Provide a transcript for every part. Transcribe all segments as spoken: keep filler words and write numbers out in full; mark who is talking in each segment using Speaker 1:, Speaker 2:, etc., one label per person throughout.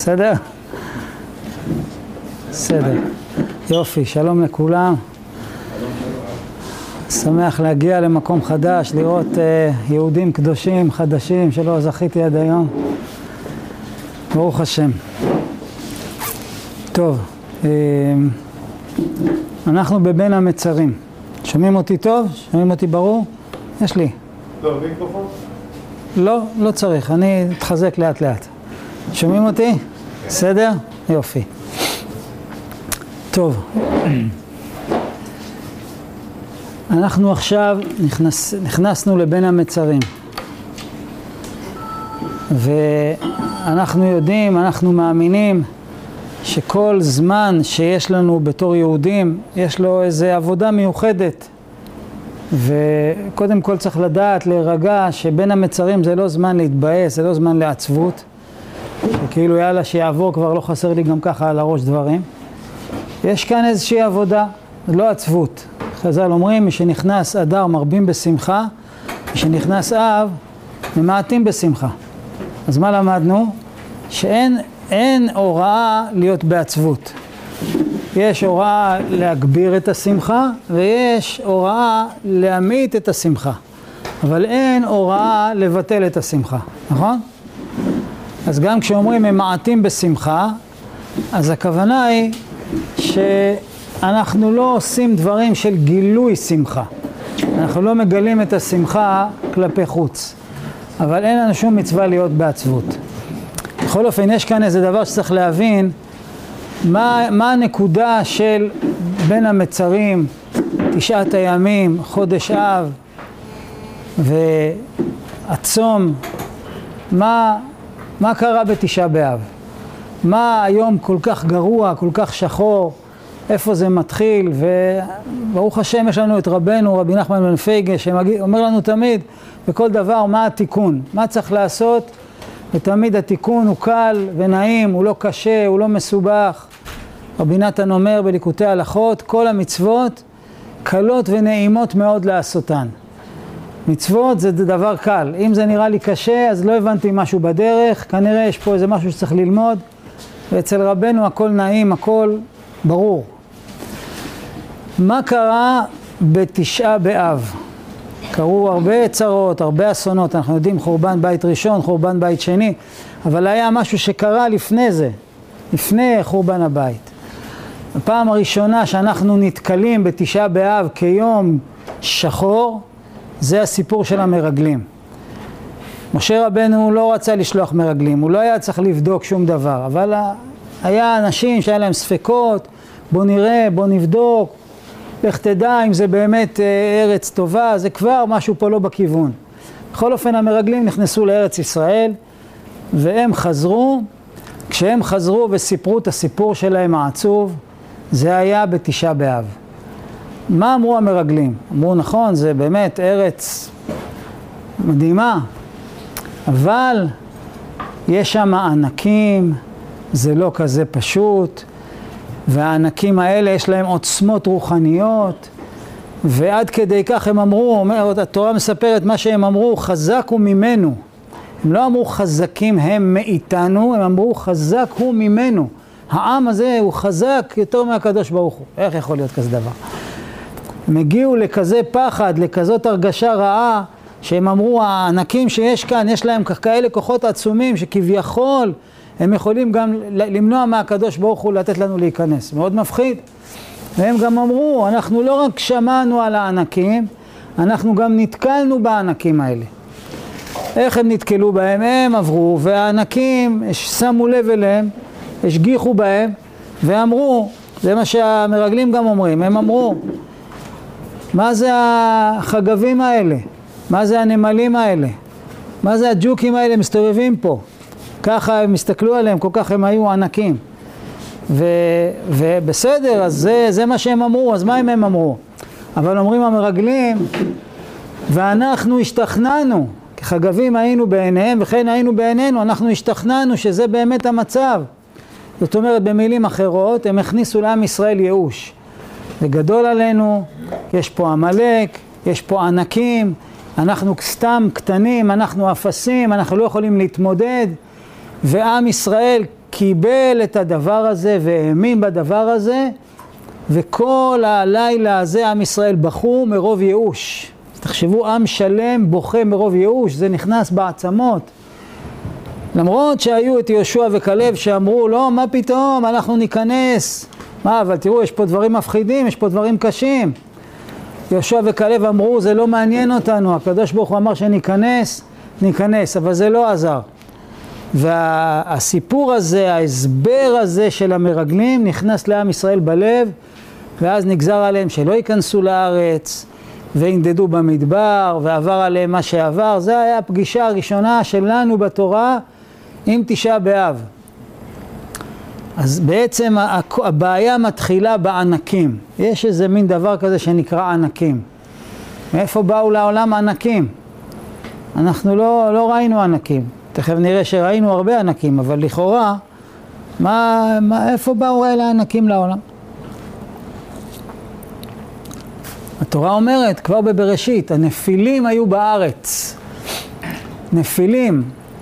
Speaker 1: בסדר? בסדר. יופי, שלום לכולם. שמח להגיע למקום חדש, לראות uh, יהודים קדושים חדשים שלא זכיתי עד היום. ברוך השם. טוב, uh, אנחנו בבין המצרים. שומעים אותי טוב? שומעים אותי ברור? יש לי.
Speaker 2: טוב, מיקרופון?
Speaker 1: לא, לא צריך, אני אתחזק לאט לאט. שומעים אותי? בסדר? יופי. טוב. אנחנו עכשיו נכנס, נכנסנו לבין המצרים. ואנחנו יודעים, אנחנו מאמינים שכל זמן שיש לנו בתור יהודים, יש לו איזו עבודה מיוחדת. וקודם כל צריך לדעת, להירגע, שבין המצרים זה לא זמן להתבאס, זה לא זמן לעצבות. שכאילו יאללה שיעבור, כבר לא חסר לי גם ככה על הראש דברים. יש כאן איזושהי עבודה, לא עצבות. חז"ל אומרים, מי שנכנס אדר מרבים בשמחה, מי שנכנס אב ממעטים בשמחה. אז מה למדנו? שאין אין הוראה להיות בעצבות. יש הוראה להגביר את השמחה, ויש הוראה להמעיט את השמחה. אבל אין הוראה לבטל את השמחה, נכון? אז גם כשאומרים הם מעטים בשמחה, אז הכוונה היא שאנחנו לא עושים דברים של גילוי שמחה. אנחנו לא מגלים את השמחה כלפי חוץ. אבל אין לנו שום מצווה להיות בעצבות. בכל אופן, יש כאן איזה דבר שצריך להבין, מה, מה הנקודה של בין המצרים, תשעת הימים, חודש אב והצום, מה, מה קרה בתשעה באב? מה היום כל כך גרוע, כל כך שחור, איפה זה מתחיל? וברוך השם יש לנו את רבנו, רבי נחמן בן פייגה, שאומר לנו תמיד, בכל דבר, מה התיקון? מה צריך לעשות? ותמיד התיקון הוא קל ונעים, הוא לא קשה, הוא לא מסובך. רבי נתן אומר בליקוטי הלכות, כל המצוות קלות ונעימות מאוד לעשותן. מצוות זה דבר קל. אם זה נראה לי קשה, אז לא הבנתי משהו בדרך, כנראה יש פה איזה משהו שצריך ללמוד, ואצל רבנו הכל נעים, הכל ברור. מה קרה בתשעה באב? קרו הרבה צרות, הרבה אסונות, אנחנו יודעים חורבן בית ראשון, חורבן בית שני, אבל היה משהו שקרה לפני זה, לפני חורבן הבית. הפעם הראשונה שאנחנו נתקלים בתשעה באב כיום שחור, זה הסיפור של המרגלים. משה רבנו לא רצה לשלוח מרגלים, הוא לא היה צריך לבדוק שום דבר, אבל היה אנשים שהיה להם ספקות, בוא נראה, בוא נבדוק, לך תדע אם זה באמת ארץ טובה, זה כבר משהו פה לא בכיוון. בכל אופן המרגלים נכנסו לארץ ישראל, והם חזרו, כשהם חזרו וסיפרו את הסיפור שלהם העצוב, זה היה בתשעה באב. מה אמרו המרגלים? אמרו נכון, זה באמת ארץ מדהימה, אבל יש שם ענקים, זה לא כזה פשוט, והענקים האלה יש להם עוצמות רוחניות, ועד כדי כך הם אמרו, אומר, התורה מספרת מה שהם אמרו, חזק הוא ממנו. הם לא אמרו חזקים הם מאיתנו, הם אמרו חזק הוא ממנו. העם הזה הוא חזק יותר מהקדוש ברוך הוא. איך יכול להיות כזה דבר? הם הגיעו לכזה פחד, לכזאת הרגשה רעה, שהם אמרו, הענקים שיש כאן, יש להם כאלה כוחות עצומים, שכביכול הם יכולים גם למנוע מהקדוש ברוך הוא לתת לנו להיכנס. מאוד מפחיד. והם גם אמרו, אנחנו לא רק שמענו על הענקים, אנחנו גם נתקלנו בענקים האלה. איך הם נתקלו בהם? הם עברו, והענקים שמו לב אליהם, השגיחו בהם, ואמרו, זה מה שהמרגלים גם אומרים, הם אמרו, מה זה החגבים האלה? מה זה הנמלים האלה? מה זה הג'וקים האלה מסתובבים פה? ככה הם הסתכלו עליהם, כל כך הם היו ענקים. ו, ובסדר, אז זה, זה מה שהם אמרו, אז מה אם הם אמרו? אבל אומרים המרגלים, ואנחנו השתכנענו, כחגבים היינו בעיניהם, וכן היינו בעינינו, אנחנו השתכנענו שזה באמת המצב. זאת אומרת, במילים אחרות, הם הכניסו לעם ישראל ייאוש. זה גדול עלינו, יש פה עמלק, יש פה ענקים, אנחנו סתם קטנים, אנחנו אפסים, אנחנו לא יכולים להתמודד, ועם ישראל קיבל את הדבר הזה והאמין בדבר הזה, וכל הלילה הזה עם ישראל בכו מרוב ייאוש. תחשבו, עם שלם בוכה מרוב ייאוש, זה נכנס בעצמות. למרות שהיו את יהושע וכלב שאמרו, לא, מה פתאום, אנחנו ניכנס. מה, אבל תראו, יש פה דברים מפחידים, יש פה דברים קשים. יהושע וכלב אמרו, זה לא מעניין אותנו, הקדוש ברוך הוא אמר שניכנס, ניכנס, אבל זה לא עזר. והסיפור הזה, ההסבר הזה של המרגלים נכנס לעם ישראל בלב, ואז נגזר עליהם שלא ייכנסו לארץ, וינדדו במדבר, ועבר עליהם מה שעבר. זה היה הפגישה הראשונה שלנו בתורה עם תשעה באב. אז בעצם הבעיה מתחילה בענקים. יש איזה מין דבר כזה שנקרא ענקים. מאיפה באו לעולם ענקים? אנחנו לא, לא ראינו ענקים. תכף נראה שראינו הרבה ענקים, אבל לכאורה, מה, מה, איפה באו אלה ענקים לעולם? התורה אומרת, כבר בבראשית, הנפילים היו בארץ. נפילים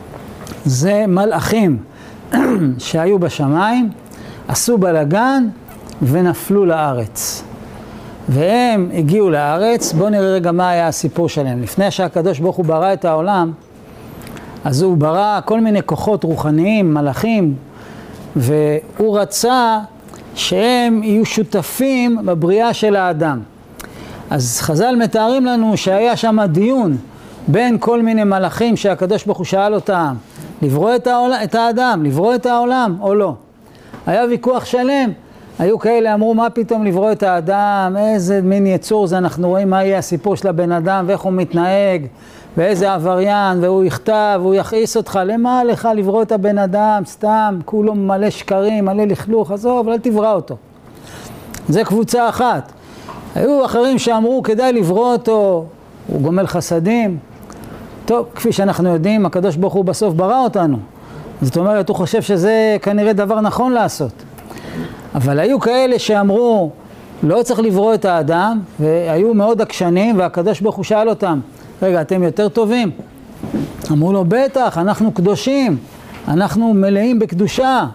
Speaker 1: זה מלאכים שהיו בשמיים, עשו בלגן ונפלו לארץ. והם הגיעו לארץ. בואו נראה רגע מה היה הסיפור שלהם. לפני שהקדוש ברוך הוא ברא את העולם, אז הוא ברא כל מיני כוחות רוחניים, מלאכים, והוא רצה שהם יהיו שותפים בבריאה של האדם. אז חז"ל מתארים לנו שהיה שם דיון בין כל מיני מלאכים שהקדוש ברוך הוא שאל אותם, לברוא את, העול... את האדם, לברוא את העולם או לא. היה ויכוח שלם. היו כאלה אמרו, מה פתאום לברוא את האדם, איזה מין יצור זה, אנחנו רואים מה יהיה הסיפור של הבן אדם ואיך הוא מתנהג, ואיזה עבריין, והוא יכתב, והוא יכעיס אותך, למה לך לברוא את הבן אדם, סתם, כולו מלא שקרים, מלא לכלוך, עזוב, אל תברא אותו. זה קבוצה אחת. היו אחרים שאמרו, כדאי לברוא אותו, הוא גומל חסדים. טוב, כפי שאנחנו יודעים, הקדוש ברוך הוא בסוף ברא אותנו. זאת אומרת, הוא חושב שזה כנראה דבר נכון לעשות. אבל היו כאלה שאמרו, לא צריך לברוא את האדם, והיו מאוד עקשנים, והקדוש ברוך הוא שאל אותם, רגע, אתם יותר טובים? אמרו לו, בטח, אנחנו קדושים, אנחנו מלאים בקדושה.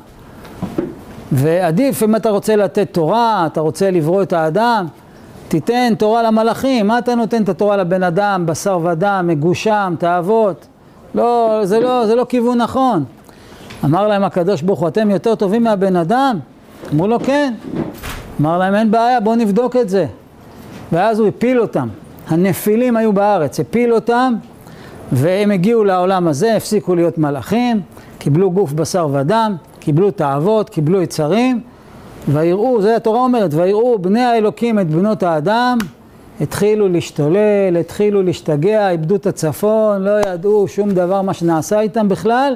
Speaker 1: ועדיף אם אתה רוצה לתת תורה, אתה רוצה לברוא את האדם, תיתן תורה למלאכים. מה אתה נותן את התורה לבן אדם, בשר ודם, מגושם, תאוות? לא, זה לא, זה לא כיוון נכון. אמר להם הקדוש ברוך הוא, אתם יותר טובים מהבן אדם? אמרו לו, כן. אמר להם, אין בעיה, בואו נבדוק את זה. ואז הוא הפיל אותם. הנפילים היו בארץ, הפיל אותם, והם הגיעו לעולם הזה, הפסיקו להיות מלאכים, קיבלו גוף בשר ודם, קיבלו תאוות, קיבלו יצרים, ויראו, זה התורה אומרת, ויראו בני האלוקים את בנות האדם, התחילו להשתולל, התחילו להשתגע, איבדו את הצפון, לא ידעו שום דבר מה שנעשה איתם בכלל,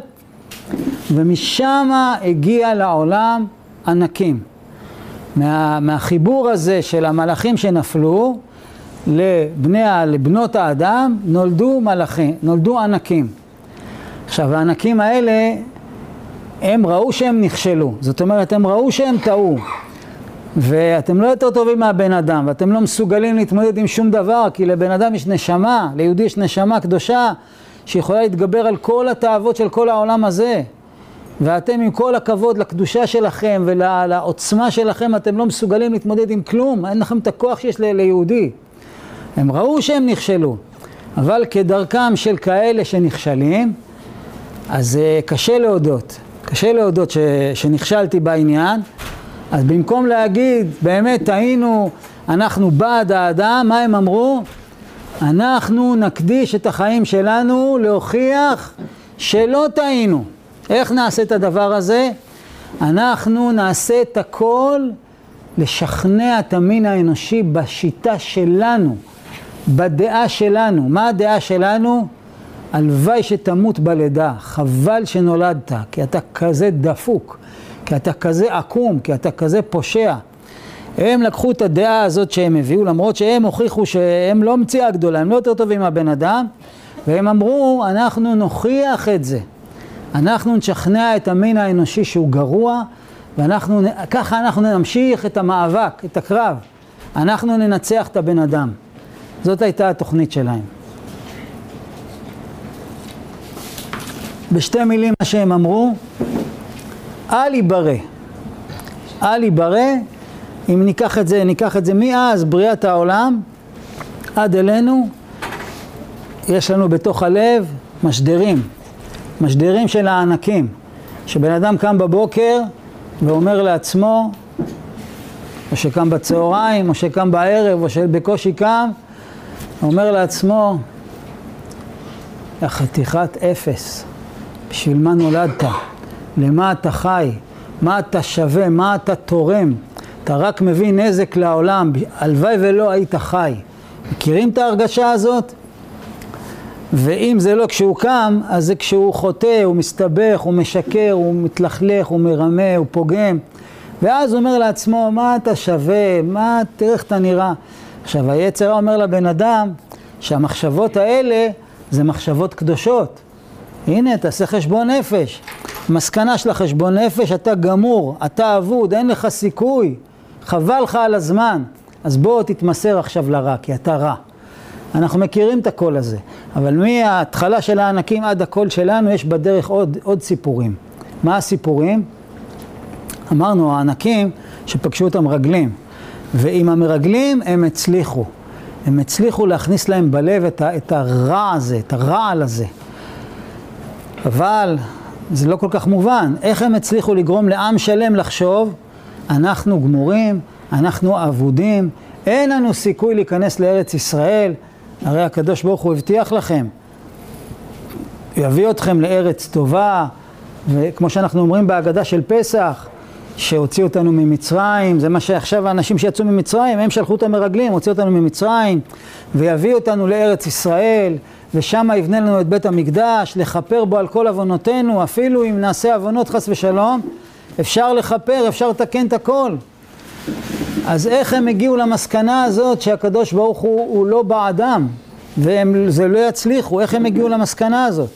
Speaker 1: ומשם הגיע לעולם ענקים. מה, מהחיבור הזה של המלאכים שנפלו, לבני, לבנות האדם, נולדו מלאכים, נולדו ענקים. עכשיו, הענקים האלה, הם ראו שהם נכשלו. זאת אומרת, הם ראו שהם טעו. ואתם לא יותר טובים מהבן אדם, ואתם לא מסוגלים להתמודד עם שום דבר, כי לבן אדם יש נשמה, ליהודי יש נשמה קדושה, שיכולה להתגבר על כל התאוות של כל העולם הזה. ואתם עם כל הכבוד לקדושה שלכם ולעוצמה שלכם, אתם לא מסוגלים להתמודד עם כלום. אין לכם את הכוח שיש ליהודי. הם ראו שהם נכשלו, אבל כדרכם של כאלה שנכשלים, אז קשה להודות, קשה להודות ש, שנכשלתי בעניין. אז במקום להגיד, באמת טעינו, אנחנו בעד האדם, מה הם אמרו? אנחנו נקדיש את החיים שלנו להוכיח שלא טעינו. איך נעשה את הדבר הזה? אנחנו נעשה את הכל לשכנע את המין האנושי בשיטה שלנו, בדעה שלנו. מה הדעה שלנו? הלוואי שתמות בלידה, חבל שנולדת, כי אתה כזה דפוק, כי אתה כזה עקום, כי אתה כזה פושע. הם לקחו את הדעה הזאת שהם הביאו, למרות שהם הוכיחו שהם לא מציאה גדולה, הם לא יותר טובים מהבן אדם, והם אמרו, אנחנו נוכיח את זה. אנחנו נשכנע את המין האנושי שהוא גרוע, ואנחנו, ככה אנחנו נמשיך את המאבק, את הקרב. אנחנו ננצח את הבן אדם. זאת הייתה התוכנית שלהם. בשתי מילים מה שהם אמרו, אל ייברא. אל ייברא, אם ניקח את זה, ניקח את זה מאז בריאת העולם, עד אלינו, יש לנו בתוך הלב משדרים, משדרים של הענקים, שבן אדם קם בבוקר ואומר לעצמו, או שקם בצהריים, או שקם בערב, או שבקושי קם, אומר לעצמו, חתיכת אפס, בשביל מה נולדת? למה אתה חי? מה אתה שווה? מה אתה תורם? אתה רק מביא נזק לעולם, הלוואי ולא היית חי. מכירים את ההרגשה הזאת? ואם זה לא כשהוא קם, אז זה כשהוא חוטא, הוא מסתבך, הוא משקר, הוא מתלכלך, הוא מרמה, הוא פוגם. ואז הוא אומר לעצמו, מה אתה שווה? מה, תראה איך אתה נראה? עכשיו, היצר אומר לבן אדם שהמחשבות האלה זה מחשבות קדושות. הנה, תעשה חשבון נפש. מסקנה של החשבון נפש, אתה גמור, אתה אבוד, אין לך סיכוי. חבל לך על הזמן. אז בוא תתמסר עכשיו לרע, כי אתה רע. אנחנו מכירים את הקול הזה, אבל מההתחלה של הענקים עד הקול שלנו יש בדרך עוד, עוד סיפורים. מה הסיפורים? אמרנו, הענקים שפגשו אותם רגלים, ועם המרגלים הם הצליחו. הם הצליחו להכניס להם בלב את, ה, את הרע הזה, את הרעל הזה. אבל זה לא כל כך מובן. איך הם הצליחו לגרום לעם שלם לחשוב, אנחנו גמורים, אנחנו אבודים, אין לנו סיכוי להיכנס לארץ ישראל, הרי הקדוש ברוך הוא הבטיח לכם, יביא אתכם לארץ טובה, וכמו שאנחנו אומרים בהגדה של פסח, שהוציא אותנו ממצרים, זה מה שעכשיו האנשים שיצאו ממצרים, הם שלחו את המרגלים, הוציא אותנו ממצרים, ויביא אותנו לארץ ישראל, ושם יבנה לנו את בית המקדש, לחפר בו על כל עוונותינו, אפילו אם נעשה עוונות חס ושלום, אפשר לחפר, אפשר לתקן את הכל. אז איך הם הגיעו למסקנה הזאת שהקדוש ברוך הוא, הוא לא בעדם, וזה לא יצליחו, איך הם הגיעו למסקנה הזאת?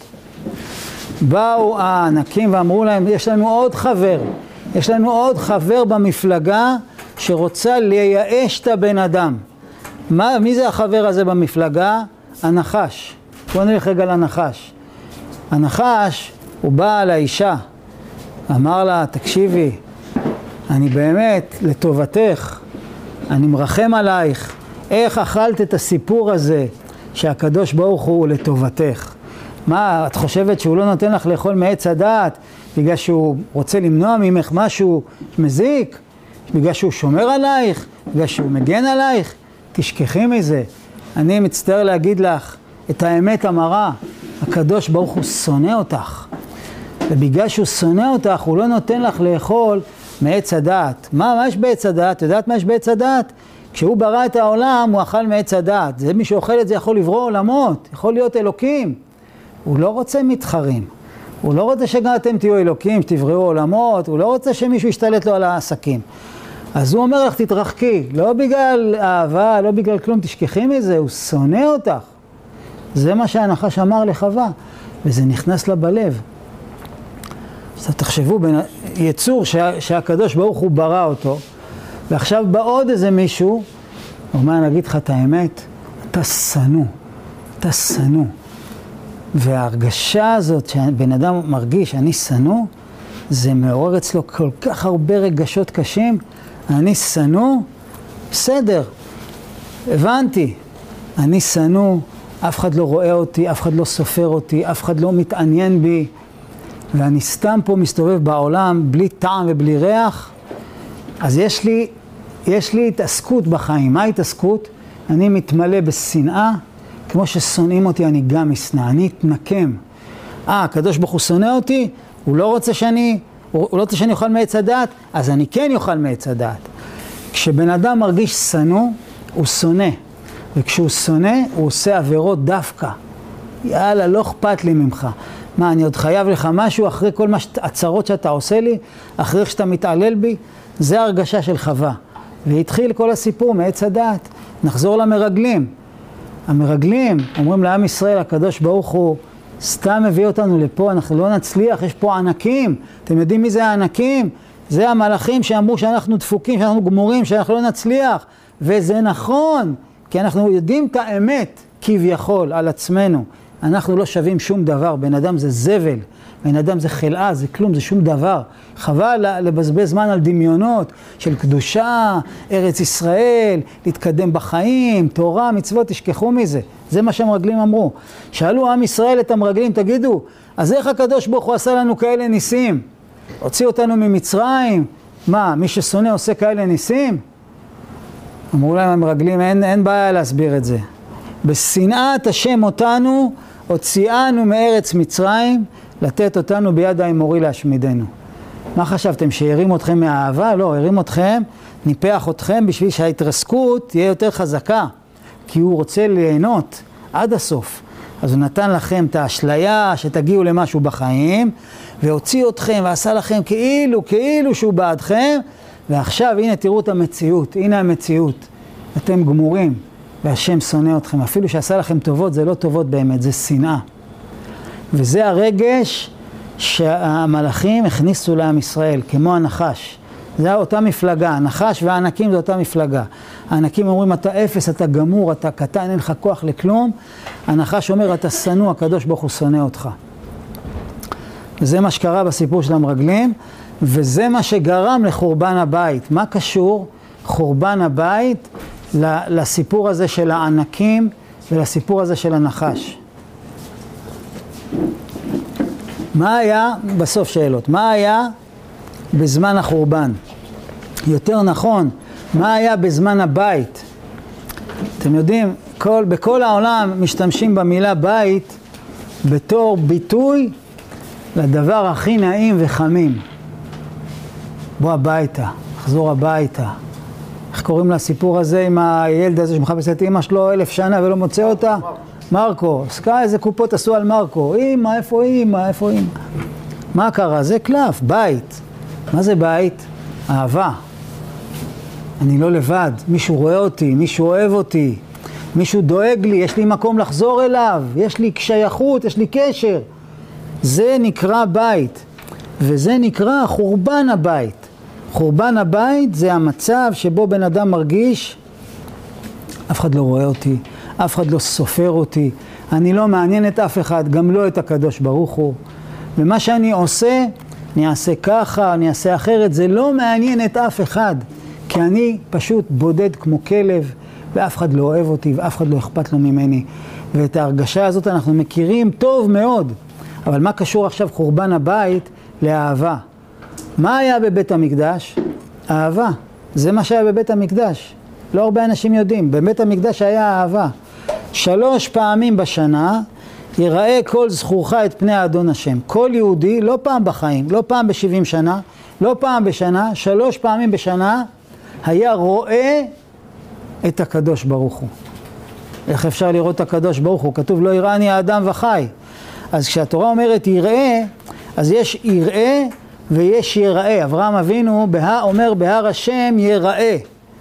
Speaker 1: באו הענקים ואמרו להם, יש לנו עוד חבר, יש לנו עוד חבר במפלגה שרוצה לייאש את הבן אדם. מה, מי זה החבר הזה במפלגה? הנחש. בואו נלך רגע לנחש. הנחש הוא בא לאישה, אמר לה, תקשיבי, אני באמת לטובתך, אני מרחם עלייך, איך אכלת את הסיפור הזה שהקדוש ברוך הוא לטובתך? מה, את חושבת שהוא לא נותן לך לאכול מעץ הדעת בגלל שהוא רוצה למנוע ממך משהו מזיק? בגלל שהוא שומר עלייך? בגלל שהוא מגן עלייך? תשכחי מזה. אני מצטער להגיד לך את האמת המרה, הקדוש ברוך הוא שונא אותך. ובגלל שהוא שונא אותך, הוא לא נותן לך לאכול מעץ הדעת. מה, מה יש בעץ הדעת? יודעת מה יש בעץ הדעת? כשהוא ברא את העולם, הוא אכל מעץ הדעת. זה מי שאוכל את זה יכול לברוא עולמות, יכול להיות אלוקים. הוא לא רוצה מתחרים. הוא לא רוצה שגם אתם תהיו אלוקים, שתבראו עולמות, הוא לא רוצה שמישהו ישתלט לו על העסקים. אז הוא אומר לך, תתרחקי, לא בגלל אהבה, לא בגלל כלום, תשכחי מזה, הוא שונא אותך. זה מה שהנחש אמר לחווה, וזה נכנס לה בלב. אז תחשבו, בין יצור שה, שהקדוש ברוך הוא ברא אותו, ועכשיו בא עוד איזה מישהו, הוא אומר, נגיד לך את האמת, אתה שנוא, אתה שנוא. וההרגשה הזאת שבן אדם מרגיש, אני שנוא, זה מעורר אצלו כל כך הרבה רגשות קשים, אני שנוא, בסדר, הבנתי, אני שנוא, אף אחד לא רואה אותי, אף אחד לא סופר אותי, אף אחד לא מתעניין בי, ואני סתם פה מסתובב בעולם בלי טעם ובלי ריח, אז יש לי, יש לי התעסקות בחיים. מה התעסקות? אני מתמלא בשנאה, כמו ששונאים אותי אני גם אשנא, אני אתנקם. אה, הקדוש ברוך הוא שונא אותי, הוא לא רוצה שאני, הוא לא רוצה שאני אוכל מעץ הדעת, אז אני כן אוכל מעץ הדעת. כשבן אדם מרגיש שנוא, הוא שונא. וכשהוא שונא, הוא עושה עבירות דווקא. יאללה, לא אכפת לי ממך. מה, אני עוד חייב לך משהו אחרי כל מה הצרות שאתה עושה לי, אחרי שאתה מתעלל בי? זה הרגשה של חווה. והתחיל כל הסיפור מעץ הדעת. נחזור למרגלים. המרגלים אומרים לעם ישראל, הקדוש ברוך הוא סתם מביא אותנו לפה, אנחנו לא נצליח, יש פה ענקים. אתם יודעים מי זה הענקים? זה המלאכים שאמרו שאנחנו דפוקים, שאנחנו גמורים, שאנחנו לא נצליח. וזה נכון, כי אנחנו יודעים את האמת כביכול על עצמנו. אנחנו לא שווים שום דבר, בן אדם זה זבל. בן אדם זה חלאה, זה כלום, זה שום דבר. חבל לבזבז זמן על דמיונות של קדושה, ארץ ישראל, להתקדם בחיים, תורה, מצוות, תשכחו מזה. זה מה שהמרגלים אמרו. שאלו עם ישראל את המרגלים, תגידו, אז איך הקדוש ברוך הוא עשה לנו כאלה ניסים? הוציא אותנו ממצרים? מה, מי ששונא עושה כאלה ניסים? אמרו להם המרגלים, אין, אין בעיה להסביר את זה. בשנאת השם אותנו, הוציאנו מארץ מצרים, לתת אותנו ביד האמורי להשמידנו. מה חשבתם, שירים אתכם מהאהבה? לא, הרים אתכם, ניפח אתכם בשביל שההתרסקות תהיה יותר חזקה, כי הוא רוצה ליהנות עד הסוף. אז הוא נתן לכם את האשליה שתגיעו למשהו בחיים, והוציא אתכם ועשה לכם כאילו, כאילו שהוא בעדכם, ועכשיו הנה תראו את המציאות, הנה המציאות. אתם גמורים, והשם שונא אתכם. אפילו שעשה לכם טובות, זה לא טובות באמת, זה שנאה. וזה הרגש שהמלאכים הכניסו לעם ישראל, כמו הנחש. זה אותה מפלגה, הנחש והענקים זה אותה מפלגה. הענקים אומרים, אתה אפס, אתה גמור, אתה קטן, אין לך כוח לכלום. הנחש אומר, אתה שנוא, הקדוש ברוך הוא שונא אותך. וזה מה שקרה בסיפור של המרגלים, וזה מה שגרם לחורבן הבית. מה קשור חורבן הבית לסיפור הזה של הענקים ולסיפור הזה של הנחש? מה היה, בסוף שאלות, מה היה בזמן החורבן? יותר נכון, מה היה בזמן הבית? אתם יודעים, כל, בכל העולם משתמשים במילה בית בתור ביטוי לדבר הכי נעים וחמים. בוא הביתה, חזור הביתה. איך קוראים לסיפור הזה עם הילד הזה שמחפש את אמא שלו אלף שנה ולא מוצא אותה? מרקו. סקה, איזה קופות עשו על מרקו. אמא, איפה אמא, איפה אמא? מה קרה? זה קלף, בית. מה זה בית? אהבה. אני לא לבד, מישהו רואה אותי, מישהו אוהב אותי, מישהו דואג לי, יש לי מקום לחזור אליו, יש לי שייכות, יש לי קשר. זה נקרא בית, וזה נקרא חורבן הבית. חורבן הבית זה המצב שבו בן אדם מרגיש, אף אחד לא רואה אותי, אף אחד לא סופר אותי, אני לא מעניין את אף אחד, גם לא את הקדוש ברוך הוא. ומה שאני עושה, אני אעשה ככה, אני אעשה אחרת, זה לא מעניין את אף אחד, כי אני פשוט בודד כמו כלב, ואף אחד לא אוהב אותי, ואף אחד לא אכפת לו ממני. ואת ההרגשה הזאת אנחנו מכירים טוב מאוד. אבל מה קשור עכשיו חורבן הבית לאהבה? מה היה בבית המקדש? אהבה. זה מה שהיה בבית המקדש. לא הרבה אנשים יודעים. בבית המקדש היה אהבה. שלוש פעמים בשנה יראה כל זכורך את פני האדון השם. כל יהודי, לא פעם בחיים, לא פעם בשבעים שנה, לא פעם בשנה, שלוש פעמים בשנה, היה רואה את הקדוש ברוך הוא. איך אפשר לראות את הקדוש ברוך הוא? כתוב לא יראני האדם וחי. אז כשהתורה אומרת יראה, אז יש יראה ויש יראה. אברהם אבינו בה, אומר בהר השם יראה.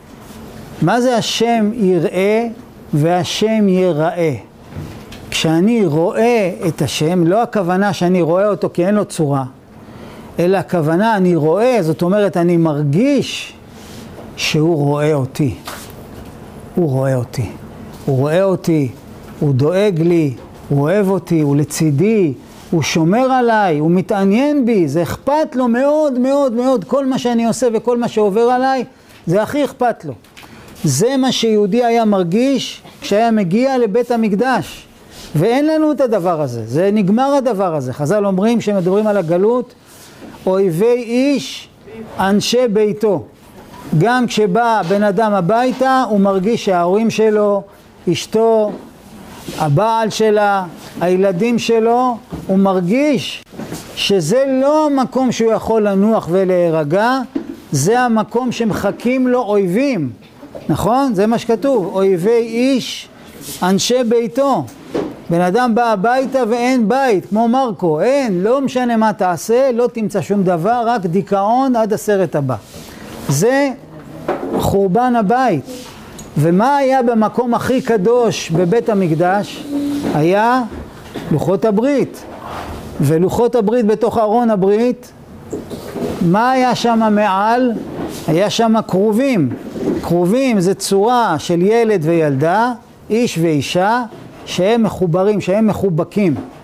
Speaker 1: מה זה השם יראה והשם יראה? כשאני רואה את השם, לא הכוונה שאני רואה אותו כי אין לו צורה, אלא הכוונה אני רואה, זאת אומרת אני מרגיש שהוא רואה אותי. הוא רואה אותי. הוא רואה אותי, הוא דואג לי, הוא אוהב אותי, הוא לצידי, הוא שומר עליי, הוא מתעניין בי, זה אכפת לו מאוד מאוד מאוד, כל מה שאני עושה וכל מה שעובר עליי, זה הכי אכפת לו. זה מה שיהודי היה מרגיש כשהיה מגיע לבית המקדש, ואין לנו את הדבר הזה, זה נגמר הדבר הזה. חז"ל אומרים שמדברים על הגלות, אויבי איש, אנשי ביתו. גם כשבא בן אדם הביתה, הוא מרגיש שההורים שלו, אשתו, הבעל שלה, הילדים שלו, הוא מרגיש שזה לא המקום שהוא יכול לנוח ולהירגע, זה המקום שמחכים לו אויבים. נכון? זה מה שכתוב, אויבי איש, אנשי ביתו. בן אדם בא הביתה ואין בית, כמו מרקו, אין, לא משנה מה תעשה, לא תמצא שום דבר, רק דיכאון עד הסרט הבא. זה חורבן הבית. ומה היה במקום הכי קדוש בבית המקדש? היה לוחות הברית. ולוחות הברית בתוך ארון הברית, מה היה שם מעל? היה שם קרובים. קרובים זה צורה של ילד וילדה, איש ואישה, שהם מחוברים, שהם מחובקים.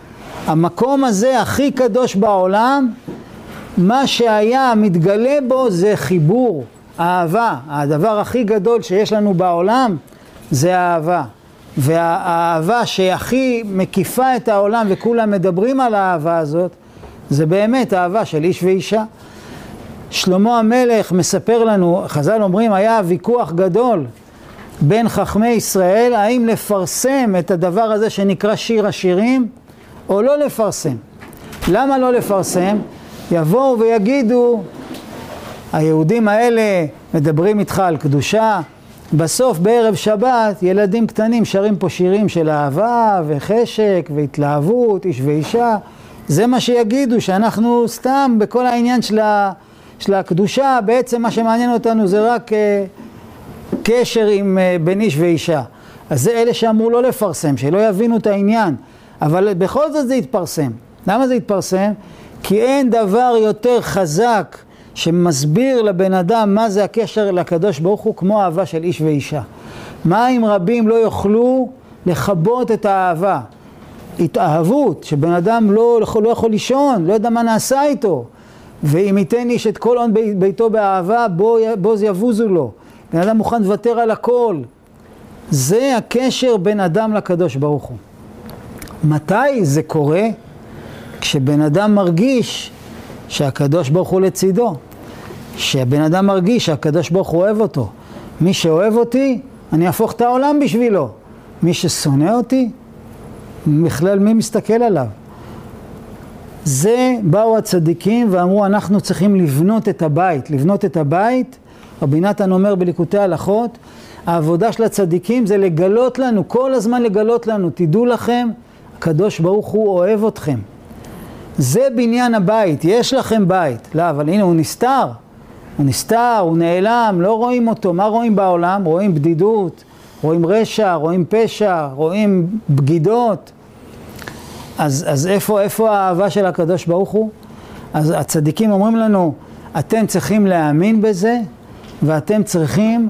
Speaker 1: המקום הזה הכי קדוש בעולם, מה שהיה מתגלה בו זה חיבור, אהבה. הדבר הכי גדול שיש לנו בעולם זה אהבה. והאהבה שהכי מקיפה את העולם וכולם מדברים על האהבה הזאת, זה באמת אהבה של איש ואישה. שלמה המלך מספר לנו, חז"ל אומרים, היה ויכוח גדול בין חכמי ישראל, האם לפרסם את הדבר הזה שנקרא שיר השירים, או לא לפרסם. למה לא לפרסם? יבואו ויגידו, היהודים האלה מדברים איתך על קדושה, בסוף בערב שבת ילדים קטנים שרים פה שירים של אהבה וחשק והתלהבות, איש ואישה. זה מה שיגידו, שאנחנו סתם בכל העניין של, ה, של הקדושה, בעצם מה שמעניין אותנו זה רק uh, קשר עם uh, בין איש ואישה. אז זה אלה שאמרו לא לפרסם, שלא יבינו את העניין. אבל בכל זאת זה יתפרסם. למה זה יתפרסם? כי אין דבר יותר חזק שמסביר לבן אדם מה זה הקשר לקדוש ברוך הוא כמו אהבה של איש ואישה. מים רבים לא יוכלו לכבות את האהבה. התאהבות, שבן אדם לא, לא יכול לישון, לא יודע מה נעשה איתו. ואם ייתן איש את כל עון ביתו באהבה, בו, בו זה יבוזו לו. בן אדם מוכן לוותר על הכל. זה הקשר בין אדם לקדוש ברוך הוא. מתי זה קורה? כשבן אדם מרגיש שהקדוש ברוך הוא לצידו. שהבן אדם מרגיש שהקדוש ברוך הוא אוהב אותו. מי שאוהב אותי, אני אהפוך את העולם בשבילו. מי ששונא אותי, בכלל מי מסתכל עליו? זה באו הצדיקים ואמרו, אנחנו צריכים לבנות את הבית. לבנות את הבית, רבי נתן אומר בליקוטי הלכות, העבודה של הצדיקים זה לגלות לנו, כל הזמן לגלות לנו, תדעו לכם, הקדוש ברוך הוא אוהב אתכם. זה בניין הבית, יש לכם בית. לא, אבל הנה הוא נסתר, הוא נסתר, הוא נעלם, לא רואים אותו. מה רואים בעולם? רואים בדידות, רואים רשע, רואים פשע, רואים בגידות. אז, אז איפה, איפה האהבה של הקדוש ברוך הוא? אז הצדיקים אומרים לנו, אתם צריכים להאמין בזה, ואתם צריכים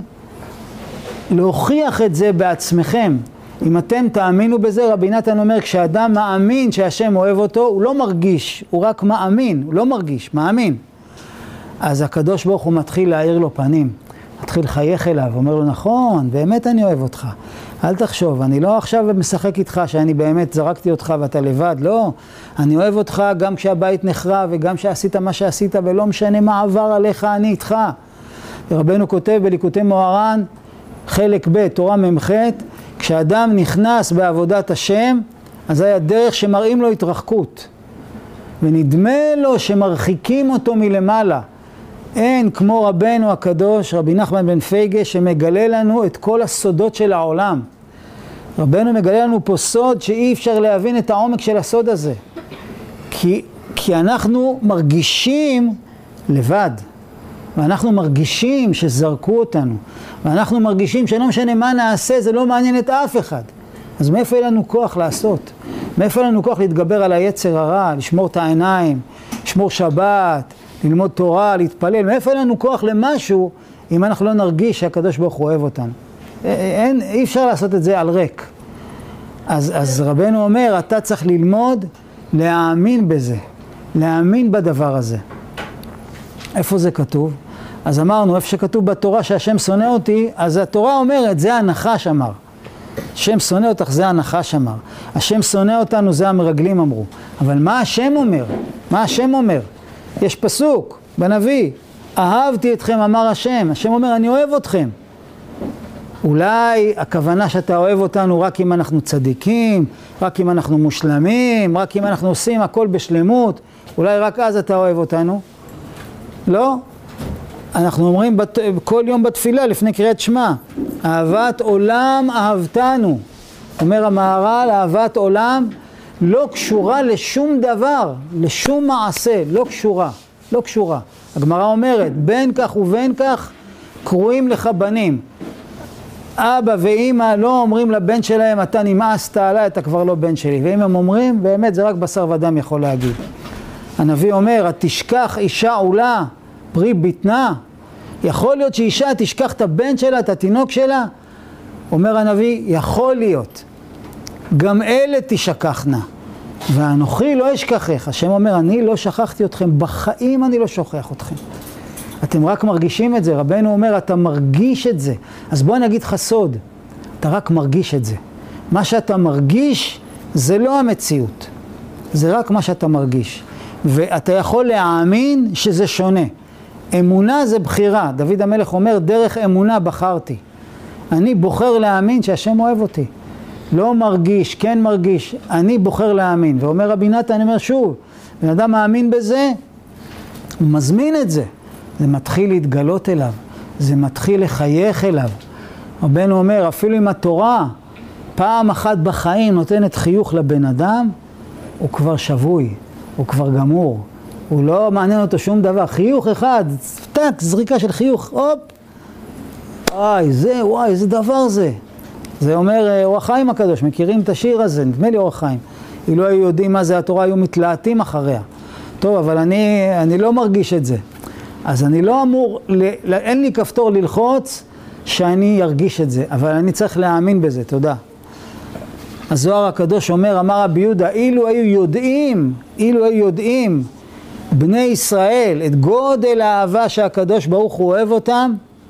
Speaker 1: להוכיח את זה בעצמכם. אם אתם תאמינו בזה, רבי נתן אומר, כשאדם מאמין שהשם אוהב אותו, הוא לא מרגיש, הוא רק מאמין, הוא לא מרגיש, מאמין. אז הקדוש ברוך הוא מתחיל להאיר לו פנים, מתחיל לחייך אליו, אומר לו, נכון, באמת אני אוהב אותך. אל תחשוב, אני לא עכשיו משחק איתך שאני באמת זרקתי אותך ואתה לבד, לא. אני אוהב אותך גם כשהבית נחרב וגם שעשית מה שעשית, ולא משנה מה עבר עליך, אני איתך. רבנו כותב בליקוטי מוהר"ן, חלק ב', תורה ממ"ח, כשאדם נכנס בעבודת השם, אז היה דרך שמראים לו התרחקות. ונדמה לו שמרחיקים אותו מלמעלה. אין כמו רבנו הקדוש, רבי נחמן בן פייגה, שמגלה לנו את כל הסודות של העולם. רבנו מגלה לנו פה סוד שאי אפשר להבין את העומק של הסוד הזה. כי, כי אנחנו מרגישים לבד. ואנחנו מרגישים שזרקו אותנו. ואנחנו מרגישים שלא משנה מה נעשה, זה לא מעניין את אף אחד. אז מאיפה יהיה לנו כוח לעשות? מאיפה יהיה לנו כוח להתגבר על היצר הרע, לשמור את העיניים, לשמור שבת, ללמוד תורה, להתפלל? מאיפה יהיה לנו כוח למשהו אם אנחנו לא נרגיש שהקדוש ברוך הוא אוהב אותנו? אין, אי אפשר לעשות את זה על ריק. אז, אז רבנו אומר, אתה צריך ללמוד להאמין בזה, להאמין בדבר הזה. איפה זה כתוב? אז אמרנו, איפה שכתוב בתורה שהשם שונא אותי, אז התורה אומרת, זה הנחש אמר. השם שונא אותך, זה הנחש אמר. השם שונא אותנו, זה המרגלים אמרו. אבל מה השם אומר? מה השם אומר? יש פסוק בנביא, אהבתי אתכם, אמר השם. השם אומר, אני אוהב אתכם. אולי הכוונה שאתה אוהב אותנו רק אם אנחנו צדיקים, רק אם אנחנו מושלמים, רק אם אנחנו עושים הכל בשלמות, אולי רק אז אתה אוהב אותנו. לא. אנחנו אומרים בת... כל יום בתפילה לפני קריאת שמע, אהבת עולם אהבתנו. אומר המהר"ל, אהבת עולם לא קשורה לשום דבר, לשום מעשה, לא קשורה, לא קשורה. הגמרא אומרת, בין כך ובין כך קרואים לך בנים. אבא ואמא לא אומרים לבן שלהם, אתה נמאסת עליי, אתה כבר לא בן שלי. ואם הם אומרים, באמת זה רק בשר ודם יכול להגיד. הנביא אומר, תשכח אישה עולה, פרי ביטנה. יכול להיות שאישה תשכח את הבן שלה, את התינוק שלה? אומר הנביא, יכול להיות. גם אלה תשכחנה. ואנוכי לא אשכחך. השם אומר, אני לא שכחתי אתכם, בחיים אני לא שוכח אתכם. אתם רק מרגישים את זה, רבנו אומר, אתה מרגיש את זה. אז בוא נגיד לך סוד, אתה רק מרגיש את זה. מה שאתה מרגיש זה לא המציאות, זה רק מה שאתה מרגיש. ואתה יכול להאמין שזה שונה. אמונה זה בחירה. דוד המלך אומר, דרך אמונה בחרתי. אני בוחר להאמין שהשם אוהב אותי. לא מרגיש, כן מרגיש, אני בוחר להאמין. ואומר רבי נתן, אני אומר שוב, בן אדם מאמין בזה, הוא מזמין את זה. זה מתחיל להתגלות אליו, זה מתחיל לחייך אליו. רבנו אומר, אפילו אם התורה פעם אחת בחיים נותנת חיוך לבן אדם, הוא כבר שבוי, הוא כבר גמור. הוא לא מעניין אותו שום דבר. חיוך אחד, טק, זריקה של חיוך, הופ. וואי, זה, וואי, איזה דבר זה. זה אומר אור החיים הקדוש, מכירים את השיר הזה, נדמה לי אור החיים. אילו היו יודעים מה זה התורה, היו מתלהטים אחריה. טוב, אבל אני, אני לא מרגיש את זה. אז אני לא אמור, אין לי כפתור ללחוץ שאני ארגיש את זה, אבל אני צריך להאמין בזה, תודה. הזוהר הקדוש אומר, אמר רבי יהודה, אילו היו יודעים, אילו היו יודעים בני ישראל את גודל האהבה שהקדוש ברוך הוא אוהב אותם,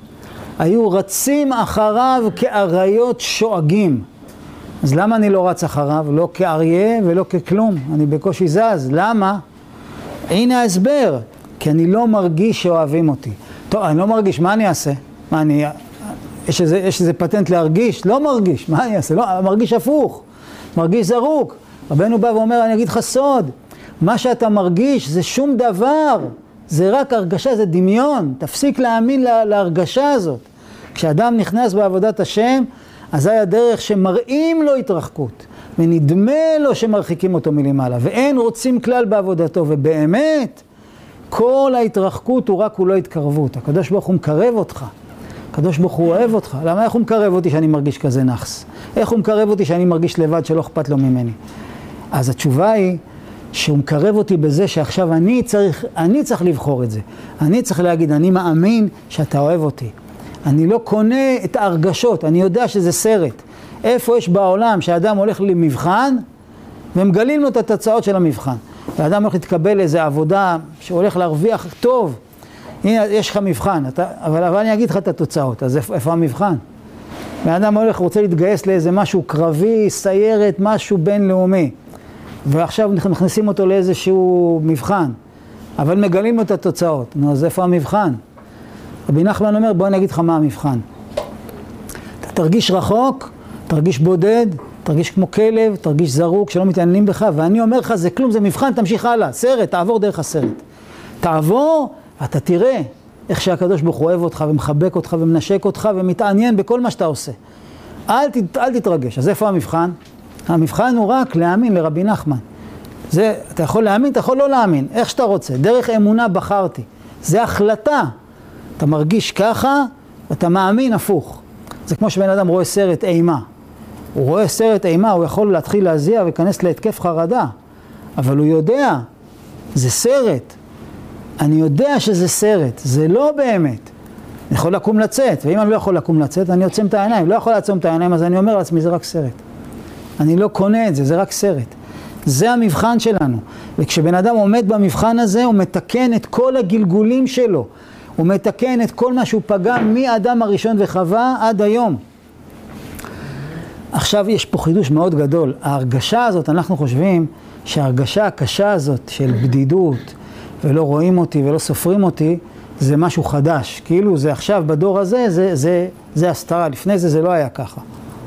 Speaker 1: היו רצים אחריו כאריות שואגים. אז למה אני לא רץ אחריו? לא כאריה ולא ככלום, אני בקושי זז. למה? הנה ההסבר, כי אני לא מרגיש שאוהבים אותי. טוב, אני לא מרגיש, מה אני אעשה? מה אני... יש איזה, יש איזה פטנט להרגיש? לא מרגיש, מה אני אעשה? לא, מרגיש הפוך, מרגיש זרוק. רבנו בא ואומר, אני אגיד לך סוד, מה שאתה מרגיש זה שום דבר, זה רק הרגשה, זה דמיון, תפסיק להאמין לה, להרגשה הזאת. כשאדם נכנס בעבודת השם, אז היה דרך שמראים לו התרחקות, ונדמה לו שמרחיקים אותו מלמעלה, ואין רוצים כלל בעבודתו, ובאמת, כל ההתרחקות הוא רק הוא לא התקרבות. הקדוש ברוך הוא מקרב אותך, הקדוש ברוך הוא אוהב אותך. למה? איך הוא מקרב אותי שאני מרגיש כזה נחס? איך הוא מקרב אותי שאני מרגיש לבד שלא אכפת לו ממני? אז התשובה היא שהוא מקרב אותי בזה שעכשיו אני צריך, אני צריך לבחור את זה. אני צריך להגיד, אני מאמין שאתה אוהב אותי. אני לא קונה את ההרגשות, אני יודע שזה סרט. איפה יש בעולם שהאדם הולך למבחן ומגלים לו את התוצאות של המבחן. והאדם הולך להתקבל איזו עבודה שהולך להרוויח טוב. הנה, יש לך מבחן, אתה, אבל, אבל אני אגיד לך את התוצאות, אז איפה, איפה המבחן? והאדם הולך, רוצה להתגייס לאיזה משהו קרבי, סיירת, משהו בינלאומי. ועכשיו מכניסים אותו לאיזשהו מבחן, אבל מגלים לו את התוצאות. נו, אז איפה המבחן? רבי נחמן אומר, בוא נגיד לך מה המבחן. אתה תרגיש רחוק, תרגיש בודד, תרגיש כמו כלב, תרגיש זרוק, שלא מתעניינים בך, ואני אומר לך, זה כלום, זה מבחן, תמשיך הלאה, סרט, תעבור דרך הסרט. תעבור, אתה תראה איך שהקדוש ברוך הוא אוהב אותך, ומחבק אותך, ומנשק אותך, ומתעניין בכל מה שאתה עושה. אל, ת, אל תתרגש. אז איפה המבחן? המבחן הוא רק להאמין לרבי נחמן. זה, אתה יכול להאמין, אתה יכול לא להאמין, איך שאתה רוצה. דרך אמונה בחרתי. זה החלטה. אתה מרגיש ככה, אתה מאמין הפוך. זה כמו שבן אדם רואה סרט אימה. הוא רואה סרט אימה, הוא יכול להתחיל להזיע וכנס להתקף חרדה. אבל הוא יודע, זה סרט. אני יודע שזה סרט, זה לא באמת. אני יכול לקום לצאת, ואם אני לא יכול לקום לצאת, אני עוצם את העיניים. לא יכול לעצום את העיניים, אז אני אומר לעצמי, זה רק סרט. אני לא קונה את זה, זה רק סרט. זה המבחן שלנו. וכשבן אדם עומד במבחן הזה, הוא מתקן את כל הגלגולים שלו. הוא מתקן את כל מה שהוא פגע מאדם הראשון וחווה עד היום. עכשיו יש פה חידוש מאוד גדול. ההרגשה הזאת, אנחנו חושבים שההרגשה הקשה הזאת של בדידות, ולא רואים אותי ולא סופרים אותי, זה משהו חדש. כאילו זה עכשיו בדור הזה, זה, זה, זה הסתרה. לפני זה זה לא היה ככה.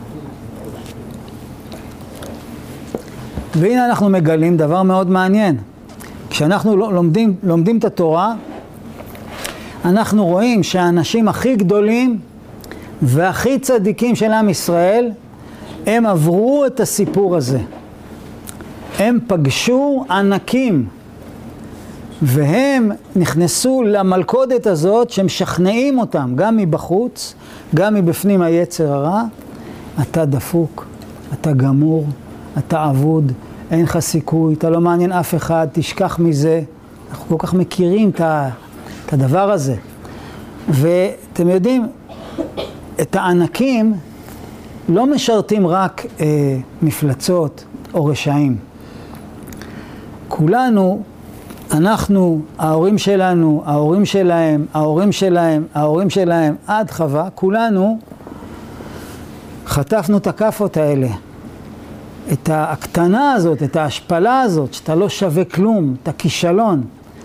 Speaker 1: והנה אנחנו מגלים דבר מאוד מעניין. כשאנחנו לומדים, לומדים את התורה, אנחנו רואים שהאנשים הכי גדולים והכי צדיקים של עם ישראל, הם עברו את הסיפור הזה. הם פגשו ענקים, והם נכנסו למלכודת הזאת שמשכנעים אותם, גם מבחוץ, גם מבפנים היצר הרע. אתה דפוק, אתה גמור, אתה עבוד, אין לך סיכוי, אתה לא מעניין אף אחד, תשכח מזה. אנחנו כל כך מכירים את, ה, את הדבר הזה. ואתם יודעים, את הענקים לא משרתים רק אה, מפלצות או רשעים. כולנו, אנחנו, ההורים שלנו, ההורים שלהם, ההורים שלהם, ההורים שלהם, עד חווה, כולנו חטפנו את הכפות האלה, את ההקטנה הזאת, את ההשפלה הזאת, שאתה לא שווה כלום, את הכישלון.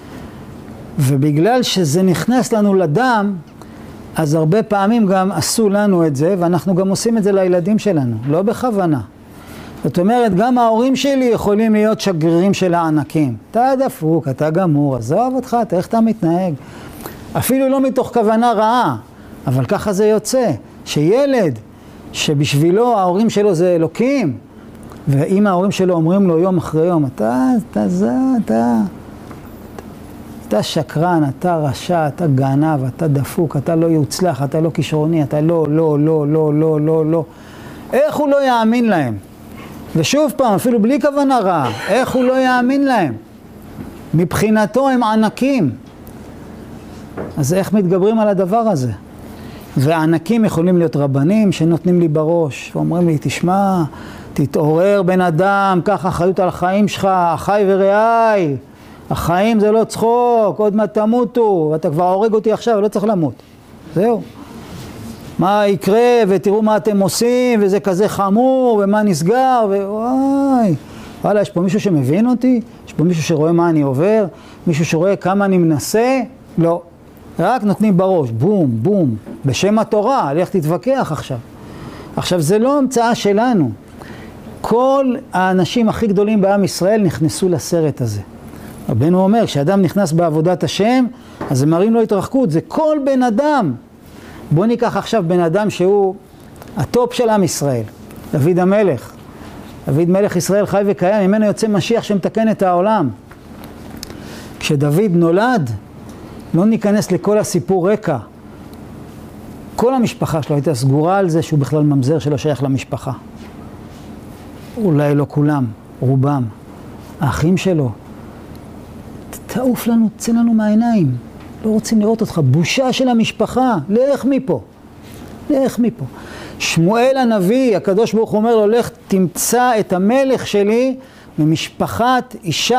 Speaker 1: ובגלל שזה נכנס לנו לדם, אז הרבה פעמים גם עשו לנו את זה, ואנחנו גם עושים את זה לילדים שלנו, לא בכוונה. זאת אומרת, גם ההורים שלי יכולים להיות שגרירים של הענקים. אתה דפוק, אתה גמור, עזוב אותך, אתה איך אתה מתנהג. אפילו לא מתוך כוונה רעה, אבל ככה זה יוצא, שילד שבשבילו ההורים שלו זה אלוקים, ואם ההורים שלו אומרים לו יום אחרי יום, אתה, אתה, זה, אתה, אתה שקרן, אתה רשע, אתה גנב, אתה דפוק, אתה לא יוצלח, אתה לא כישרוני, אתה לא, לא, לא, לא, לא, לא, לא. איך הוא לא יאמין להם? ושוב פעם, אפילו בלי כוונה רעה, איך הוא לא יאמין להם? מבחינתו הם ענקים. אז איך מתגברים על הדבר הזה? והענקים יכולים להיות רבנים שנותנים לי בראש, ואומרים לי, תשמע, תתעורר בן אדם, קח אחריות על החיים שלך, אחי ורעי, החיים זה לא צחוק, עוד מעט תמותו, ואתה כבר הורג אותי עכשיו, לא צריך למות. זהו. מה יקרה, ותראו מה אתם עושים, וזה כזה חמור, ומה נסגר, ווואי. וואלה, יש פה מישהו שמבין אותי? יש פה מישהו שרואה מה אני עובר? מישהו שרואה כמה אני מנסה? לא. רק נותנים בראש, בום, בום. בשם התורה, לך תתווכח עכשיו. עכשיו, זה לא המצאה שלנו. כל האנשים הכי גדולים בעם ישראל נכנסו לסרט הזה. רבנו אומר, כשאדם נכנס בעבודת השם, אז זה מראים לו התרחקות, זה כל בן אדם. בוא ניקח עכשיו בן אדם שהוא הטופ של עם ישראל, דוד המלך. דוד מלך ישראל חי וקיים, ממנו יוצא משיח שמתקן את העולם. כשדוד נולד, לא ניכנס לכל הסיפור רקע. כל המשפחה שלו הייתה סגורה על זה שהוא בכלל ממזר שלא שייך למשפחה. אולי לא כולם, רובם. האחים שלו, תעוף לנו, תצא לנו מהעיניים. לא רוצים לראות אותך, בושה של המשפחה, לך מפה, לך מפה. שמואל הנביא, הקדוש ברוך הוא אומר לו, לך תמצא את המלך שלי ממשפחת ישי.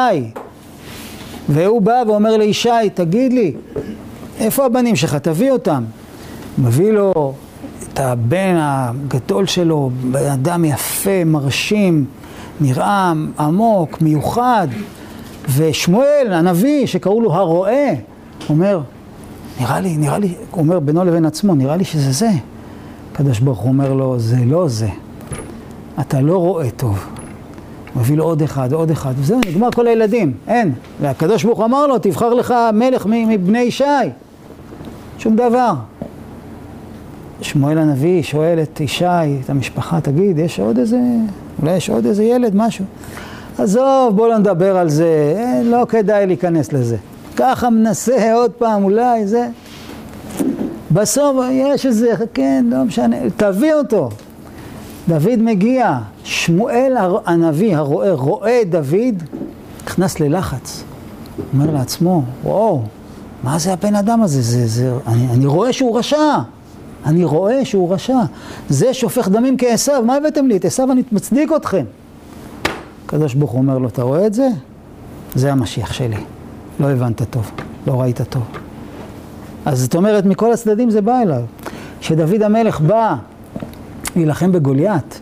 Speaker 1: והוא בא ואומר לישי, תגיד לי, איפה הבנים שלך? תביא אותם. מביא לו את הבן הגדול שלו, בן אדם יפה, מרשים, נראה עמוק, מיוחד. ושמואל הנביא, שקראו לו הרואה, אומר, נראה לי, נראה לי, הוא אומר בינו לבין עצמו, נראה לי שזה זה. הקדוש ברוך הוא אומר לו, זה לא זה. אתה לא רואה טוב. הוא מביא לו עוד אחד, עוד אחד, וזהו, נגמר כל הילדים, אין. והקדוש ברוך הוא אמר לו, תבחר לך מלך מבני ישי. שום דבר. שמואל הנביא שואל את ישי, את המשפחה, תגיד, יש עוד איזה, אולי יש עוד איזה ילד, משהו? עזוב, בוא לא נדבר על זה, לא כדאי להיכנס לזה. ככה מנסה עוד פעם, אולי זה. בסוף יש איזה, כן, לא משנה, תביא אותו. דוד מגיע, שמואל הנביא, הרואה, רואה דוד, נכנס ללחץ. אומר לעצמו, וואו, מה זה הבן אדם הזה? זה, זה, אני, אני רואה שהוא רשע. אני רואה שהוא רשע. זה שופך דמים כעשיו, מה הבאתם לי? את עשיו אני מצדיק אתכם. הקדוש ברוך הוא אומר לו, אתה רואה את זה? זה המשיח שלי. לא הבנת טוב, לא ראית טוב. אז זאת אומרת, מכל הצדדים זה בא אליו. כשדוד המלך בא להילחם בגוליית,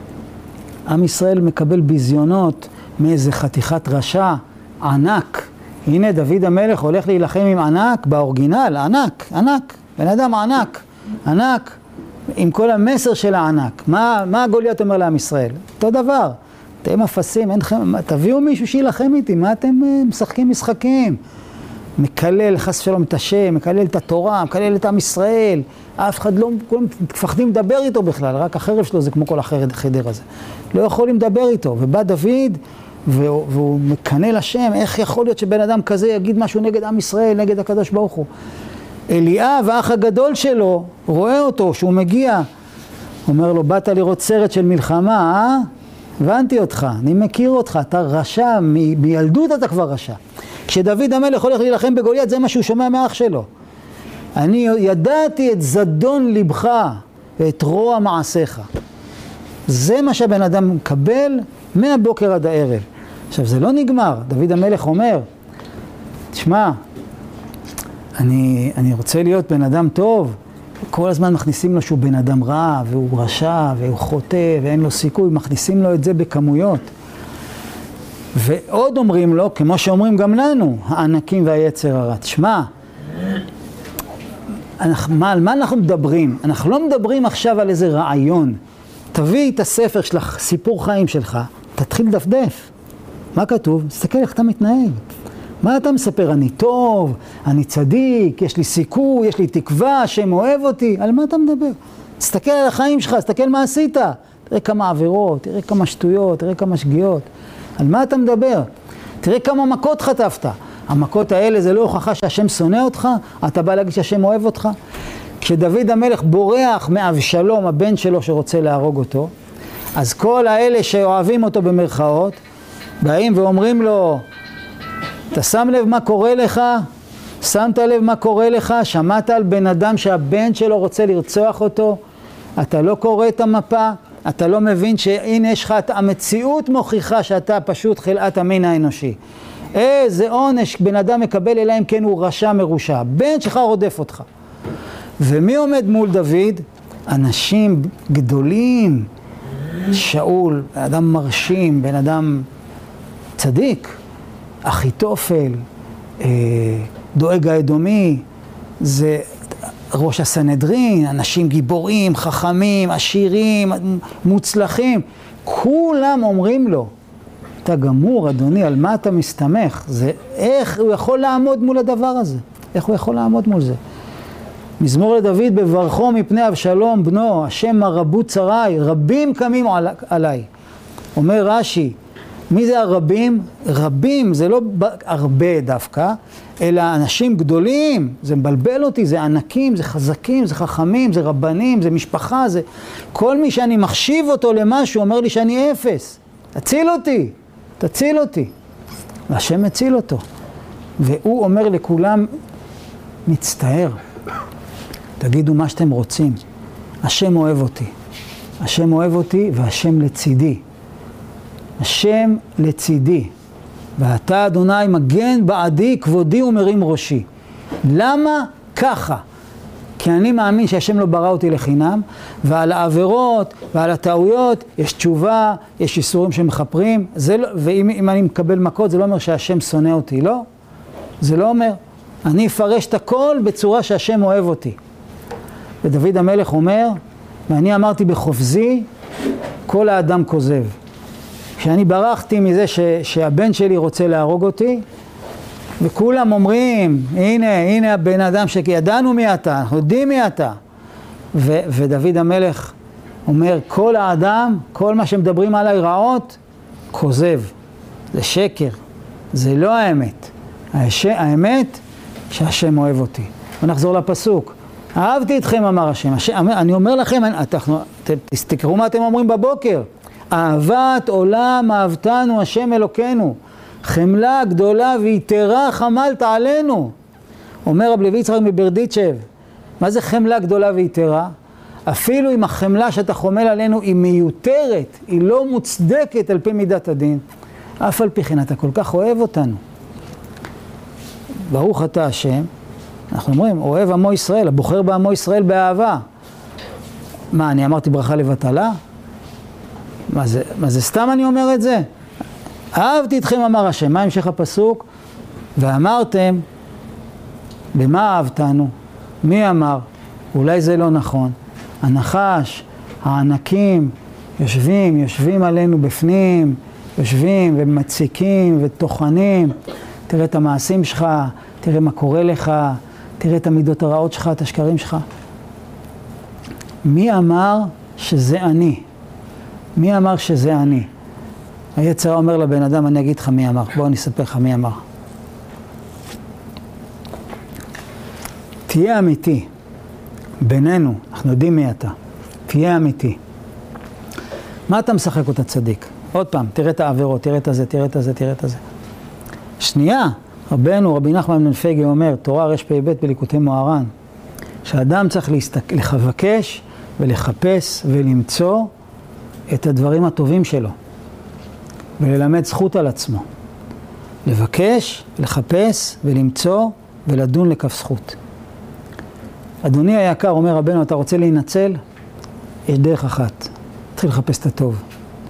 Speaker 1: עם ישראל מקבל ביזיונות מאיזה חתיכת רשע ענק. הנה דוד המלך הולך להילחם עם ענק, באורגינל, ענק, ענק, בן אדם ענק, ענק, עם כל המסר של הענק. מה, מה גוליית אומר לעם ישראל? אותו דבר. אתם אפסים, אין לכם, תביאו מישהו שילחם איתי, מה אתם משחקים משחקים? מקלל חס ושלום את השם, מקלל את התורה, מקלל את עם ישראל, אף אחד לא, כולם מפחדים לדבר איתו בכלל, רק החרב שלו זה כמו כל החדר הזה. לא יכולים לדבר איתו, ובא דוד והוא, והוא מקנא לשם, איך יכול להיות שבן אדם כזה יגיד משהו נגד עם ישראל, נגד הקדוש ברוך הוא. אליאב, האח הגדול שלו, רואה אותו, שהוא מגיע, אומר לו, באת לראות סרט של מלחמה, אה? הבנתי אותך, אני מכיר אותך, אתה רשע, מ- מילדות אתה כבר רשע. כשדוד המלך הולך להילחם בגוליית, זה מה שהוא שומע מאח שלו. אני ידעתי את זדון לבך ואת רוע מעשיך. זה מה שהבן אדם מקבל מהבוקר עד הערב. עכשיו זה לא נגמר, דוד המלך אומר, תשמע, אני, אני רוצה להיות בן אדם טוב, כל הזמן מכניסים לו שהוא בן אדם רע, והוא רשע, והוא חוטא, ואין לו סיכוי, מכניסים לו את זה בכמויות. ועוד אומרים לו, כמו שאומרים גם לנו, הענקים והיצר הרע, תשמע, אנחנו, מה, על מה אנחנו מדברים? אנחנו לא מדברים עכשיו על איזה רעיון. תביא את הספר שלך, סיפור חיים שלך, תתחיל לדפדף. מה כתוב? תסתכל איך אתה מתנהג. מה אתה מספר? אני טוב, אני צדיק, יש לי סיכוי, יש לי תקווה, השם אוהב אותי. על מה אתה מדבר? תסתכל על החיים שלך, תסתכל מה עשית. תראה כמה עבירות, תראה כמה שטויות, תראה כמה שגיאות. על מה אתה מדבר? תראה כמה מכות חטפת. המכות האלה זה לא הוכחה שהשם שונא אותך, אתה בא להגיד שהשם אוהב אותך. כשדוד המלך בורח מאבשלום, הבן שלו שרוצה להרוג אותו, אז כל האלה שאוהבים אותו במרכאות, באים ואומרים לו, אתה שם לב מה קורה לך? שמת לב מה קורה לך? שמעת על בן אדם שהבן שלו רוצה לרצוח אותו? אתה לא קורא את המפה? אתה לא מבין שהנה יש לך, המציאות מוכיחה שאתה פשוט חלאת המין האנושי. איזה עונש בן אדם מקבל אלא אם כן הוא רשע מרושע. בן שלך רודף אותך. ומי עומד מול דוד? אנשים גדולים. שאול, בן אדם מרשים, בן אדם צדיק. אחיתופל, אה, דואג האדומי, זה ראש הסנהדרין, אנשים גיבורים, חכמים, עשירים, מוצלחים. כולם אומרים לו, אתה גמור אדוני, על מה אתה מסתמך? זה, איך הוא יכול לעמוד מול הדבר הזה? איך הוא יכול לעמוד מול זה? מזמור לדוד, בברכו מפני אבשלום בנו, השם הרבו צרי, רבים קמים על, עליי. אומר רש"י, מי זה הרבים? רבים, זה לא הרבה דווקא, אלא אנשים גדולים, זה מבלבל אותי, זה ענקים, זה חזקים, זה חכמים, זה רבנים, זה משפחה, זה... כל מי שאני מחשיב אותו למשהו אומר לי שאני אפס. תציל אותי, תציל אותי. והשם מציל אותו. והוא אומר לכולם, מצטער, תגידו מה שאתם רוצים. השם אוהב אותי. השם אוהב אותי והשם לצידי. השם לצידי. ואתה אדוני מגן בעדי, כבודי ומרים ראשי. למה? ככה. כי אני מאמין שהשם לא ברא אותי לחינם, ועל העבירות ועל הטעויות יש תשובה, יש איסורים שמחפרים, זה לא, ואם אם אני מקבל מכות זה לא אומר שהשם שונא אותי, לא? זה לא אומר. אני אפרש את הכל בצורה שהשם אוהב אותי. ודוד המלך אומר, ואני אמרתי בחופזי, כל האדם כוזב. כשאני ברחתי מזה ש, שהבן שלי רוצה להרוג אותי, וכולם אומרים, הנה, הנה הבן אדם שידענו מי אתה, אנחנו יודעים מי אתה. ו, ודוד המלך אומר, כל האדם, כל מה שמדברים עליי רעות, כוזב. זה שקר, זה לא האמת. הש... האמת שהשם אוהב אותי. ונחזור לפסוק. אהבתי אתכם, אמר השם. השם אני אומר לכם, אנחנו, תסתכלו מה אתם אומרים בבוקר. אהבת עולם אהבתנו השם אלוקינו. חמלה גדולה ויתרה חמלת עלינו. אומר רב לוי יצחק מברדיצ'ב. מה זה חמלה גדולה ויתרה? אפילו אם החמלה שאתה חומל עלינו היא מיותרת, היא לא מוצדקת על פי מידת הדין, אף על פי כן אתה כל כך אוהב אותנו. ברוך אתה השם, אנחנו אומרים, אוהב עמו ישראל, הבוחר בעמו ישראל באהבה. מה, אני אמרתי ברכה לבטלה? מה זה, מה זה סתם אני אומר את זה? אהבתי אתכם, אמר השם. מה המשך הפסוק? ואמרתם, במה אהבתנו? מי אמר? אולי זה לא נכון. הנחש, הענקים, יושבים, יושבים עלינו בפנים, יושבים ומציקים וטוחנים. תראה את המעשים שלך, תראה מה קורה לך, תראה את המידות הרעות שלך, את השקרים שלך. מי אמר שזה אני? מי אמר שזה אני? היצר אומר לבן אדם, אני אגיד לך מי אמר. בוא אני אספר לך מי אמר. תהיה אמיתי. בינינו, אנחנו יודעים מי אתה. תהיה אמיתי. מה אתה משחק אותה צדיק? עוד פעם, תראה את העבירות, תראה את הזה, תראה את הזה, תראה את הזה. שנייה, רבנו, רבי נחמן בן פגה אומר, תורה רש פ"ב בליקוטי מוהר"ן, שאדם צריך להסתק... לבקש ולחפש ולמצוא את הדברים הטובים שלו. וללמד זכות על עצמו. לבקש, לחפש ולמצוא ולדון לכף זכות. אדוני היקר, אומר רבנו, אתה רוצה להינצל? יש דרך אחת. תתחיל לחפש את הטוב.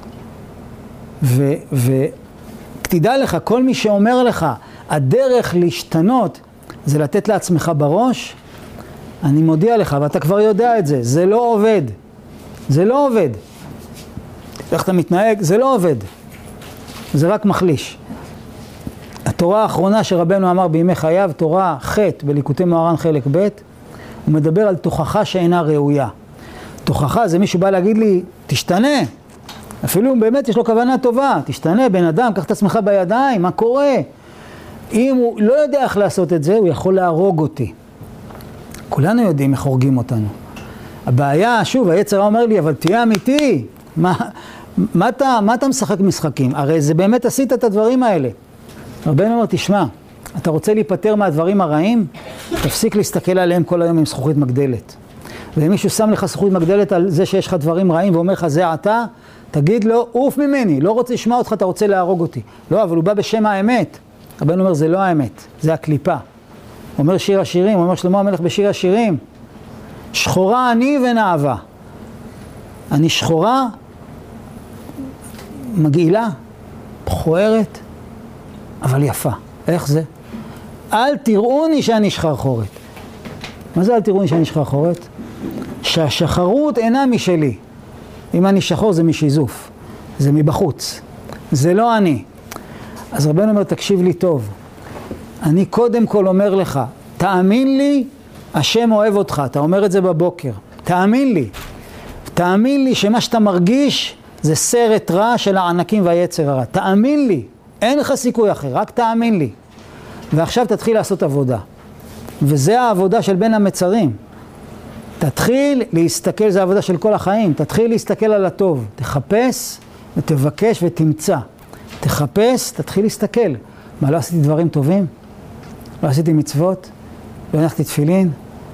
Speaker 1: ותדע לך, כל מי שאומר לך, הדרך להשתנות זה לתת לעצמך בראש, אני מודיע לך, ואתה כבר יודע את זה, זה לא עובד. זה לא עובד. איך אתה מתנהג? זה לא עובד. זה רק מחליש. התורה האחרונה שרבנו אמר בימי חייו, תורה ח' בליקוטי מוהר"ן חלק ב', הוא מדבר על תוכחה שאינה ראויה. תוכחה זה מישהו בא להגיד לי, תשתנה. אפילו באמת יש לו כוונה טובה, תשתנה בן אדם, קח את עצמך בידיים, מה קורה? אם הוא לא יודע איך לעשות את זה, הוא יכול להרוג אותי. כולנו יודעים איך הורגים אותנו. הבעיה, שוב, היצר אומר לי, אבל תהיה אמיתי. מה, מה, אתה, מה אתה משחק משחקים? הרי זה באמת עשית את הדברים האלה. רבנו אומר, תשמע, אתה רוצה להיפטר מהדברים הרעים? תפסיק להסתכל עליהם כל היום עם זכוכית מגדלת. ואם מישהו שם לך זכוכית מגדלת על זה שיש לך דברים רעים ואומר לך, זה אתה, תגיד לו, אוף ממני, לא רוצה לשמוע אותך, אתה רוצה להרוג אותי. לא, אבל הוא בא בשם האמת. רבנו אומר, זה לא האמת, זה הקליפה. הוא אומר שיר השירים, הוא אומר שלמה המלך בשיר השירים, שחורה אני ונאווה. אני שחורה, מגעילה, מכוערת, אבל יפה. איך זה? אל תראוני שאני שחרחורת. מה זה אל תראוני שאני שחרחורת? שהשחרות אינה משלי. אם אני שחור זה משיזוף, זה מבחוץ, זה לא אני. אז רבנו אומר, תקשיב לי טוב. אני קודם כל אומר לך, תאמין לי, השם אוהב אותך. אתה אומר את זה בבוקר. תאמין לי. תאמין לי שמה שאתה מרגיש זה סרט רע של הענקים והיצר הרע. תאמין לי. אין לך סיכוי אחר, רק תאמין לי. ועכשיו תתחיל לעשות עבודה. וזה העבודה של בין המצרים. תתחיל להסתכל, זה העבודה של כל החיים. תתחיל להסתכל על הטוב. תחפש ותבקש ותמצא. תחפש, תתחיל להסתכל. מה, לא עשיתי דברים טובים? לא עשיתי מצוות? לא הנחתי תפילין?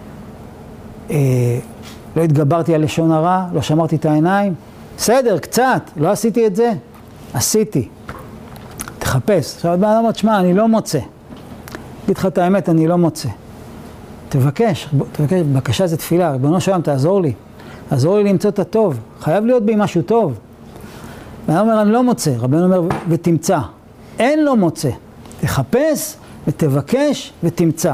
Speaker 1: אה, לא התגברתי על לשון הרע? לא שמרתי את העיניים? בסדר, קצת. לא עשיתי את זה? עשיתי. תחפש. עכשיו, בן אדם אומר, תשמע, אני לא מוצא. אגיד לך את האמת, אני לא מוצא. תבקש, תבקש, בקשה זה תפילה. ריבונו של עולם, תעזור לי. תעזור לי למצוא את הטוב. חייב להיות בי משהו טוב. בן אדם אומר, אני לא מוצא. רבנו אומר, ותמצא. אין לא מוצא. תחפש ותבקש ותמצא.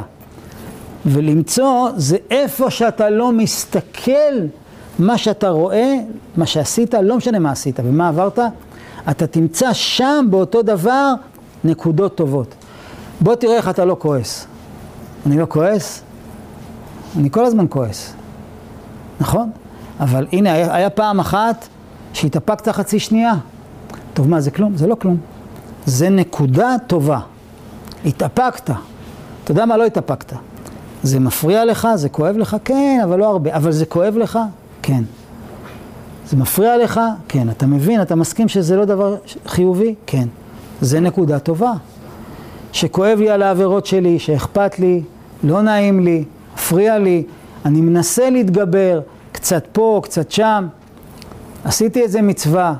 Speaker 1: ולמצוא זה איפה שאתה לא מסתכל מה שאתה רואה, מה שעשית, לא משנה מה עשית ומה עברת, אתה תמצא שם באותו דבר נקודות טובות. בוא תראה איך אתה לא כועס. אני לא כועס? אני כל הזמן כועס. נכון? אבל הנה, היה, היה פעם אחת שהתאפקת חצי שנייה. טוב, מה, זה כלום? זה לא כלום. זה נקודה טובה. התאפקת. אתה יודע מה? לא התאפקת. זה מפריע לך? זה כואב לך? כן, אבל לא הרבה. אבל זה כואב לך? כן. זה מפריע לך? כן. אתה מבין? אתה מסכים שזה לא דבר חיובי? כן. זה נקודה טובה. שכואב לי על העבירות שלי, שאכפת לי, לא נעים לי, מפריע לי, אני מנסה להתגבר, קצת פה, קצת שם. עשיתי איזה מצווה.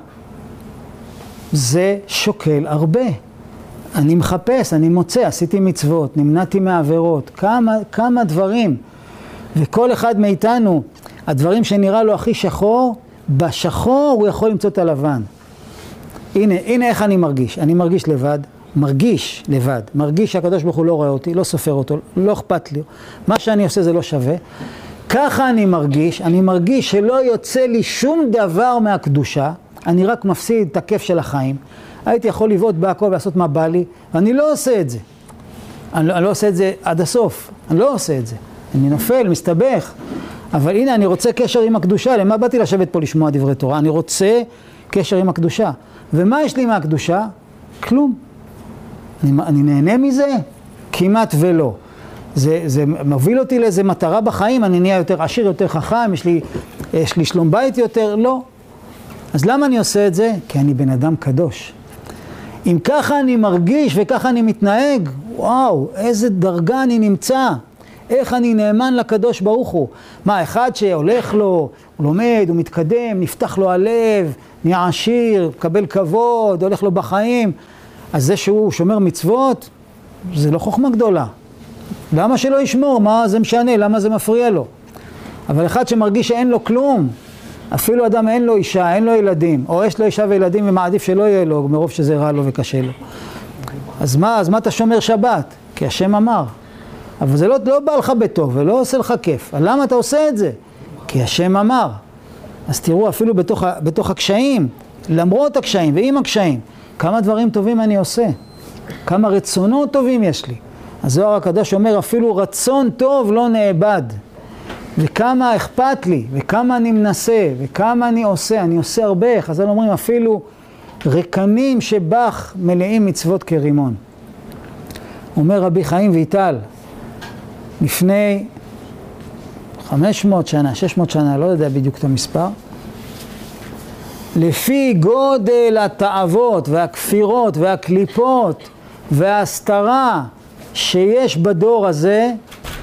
Speaker 1: זה שוקל הרבה. אני מחפש, אני מוצא, עשיתי מצוות, נמנעתי מהעבירות, כמה, כמה דברים. וכל אחד מאיתנו, הדברים שנראה לו הכי שחור, בשחור הוא יכול למצוא את הלבן. הנה, הנה איך אני מרגיש. אני מרגיש לבד, מרגיש לבד, מרגיש שהקדוש ברוך הוא לא רואה אותי, לא סופר אותו, לא אכפת לי. מה שאני עושה זה לא שווה. ככה אני מרגיש, אני מרגיש שלא יוצא לי שום דבר מהקדושה, אני רק מפסיד את הכיף של החיים. הייתי יכול לבעוט בהכל ולעשות מה בא לי, ואני לא עושה את זה. אני לא, אני לא עושה את זה עד הסוף, אני לא עושה את זה. אני נופל, מסתבך. אבל הנה, אני רוצה קשר עם הקדושה. למה באתי לשבת פה לשמוע דברי תורה? אני רוצה קשר עם הקדושה. ומה יש לי מהקדושה? כלום. אני, אני נהנה מזה? כמעט ולא. זה, זה מוביל אותי לאיזה מטרה בחיים, אני נהיה יותר עשיר, יותר חכם, יש לי, יש לי שלום בית יותר? לא. אז למה אני עושה את זה? כי אני בן אדם קדוש. אם ככה אני מרגיש וככה אני מתנהג, וואו, איזה דרגה אני נמצא, איך אני נאמן לקדוש ברוך הוא. מה, אחד שהולך לו, הוא לומד, הוא מתקדם, נפתח לו הלב, נהיה עשיר, מקבל כבוד, הולך לו בחיים, אז זה שהוא שומר מצוות, זה לא חוכמה גדולה. למה שלא ישמור? מה זה משנה? למה זה מפריע לו? אבל אחד שמרגיש שאין לו כלום, אפילו אדם אין לו אישה, אין לו ילדים, או יש לו אישה וילדים ומעדיף שלא יהיה לו, מרוב שזה רע לו וקשה לו. אז מה, אז מה אתה שומר שבת? כי השם אמר. אבל זה לא, לא בא לך בטוב ולא עושה לך כיף. למה אתה עושה את זה? כי השם אמר. אז תראו, אפילו בתוך, בתוך הקשיים, למרות הקשיים ועם הקשיים, כמה דברים טובים אני עושה. כמה רצונות טובים יש לי. הזוהר הקדוש אומר, אפילו רצון טוב לא נאבד. וכמה אכפת לי, וכמה אני מנסה, וכמה אני עושה. אני עושה הרבה. חז"ל אומרים, אפילו רקנים שבך מלאים מצוות כרימון. אומר רבי חיים ויטל, לפני חמש מאות שנה, שש מאות שנה, לא יודע בדיוק את המספר, לפי גודל התאוות והכפירות והקליפות וההסתרה שיש בדור הזה,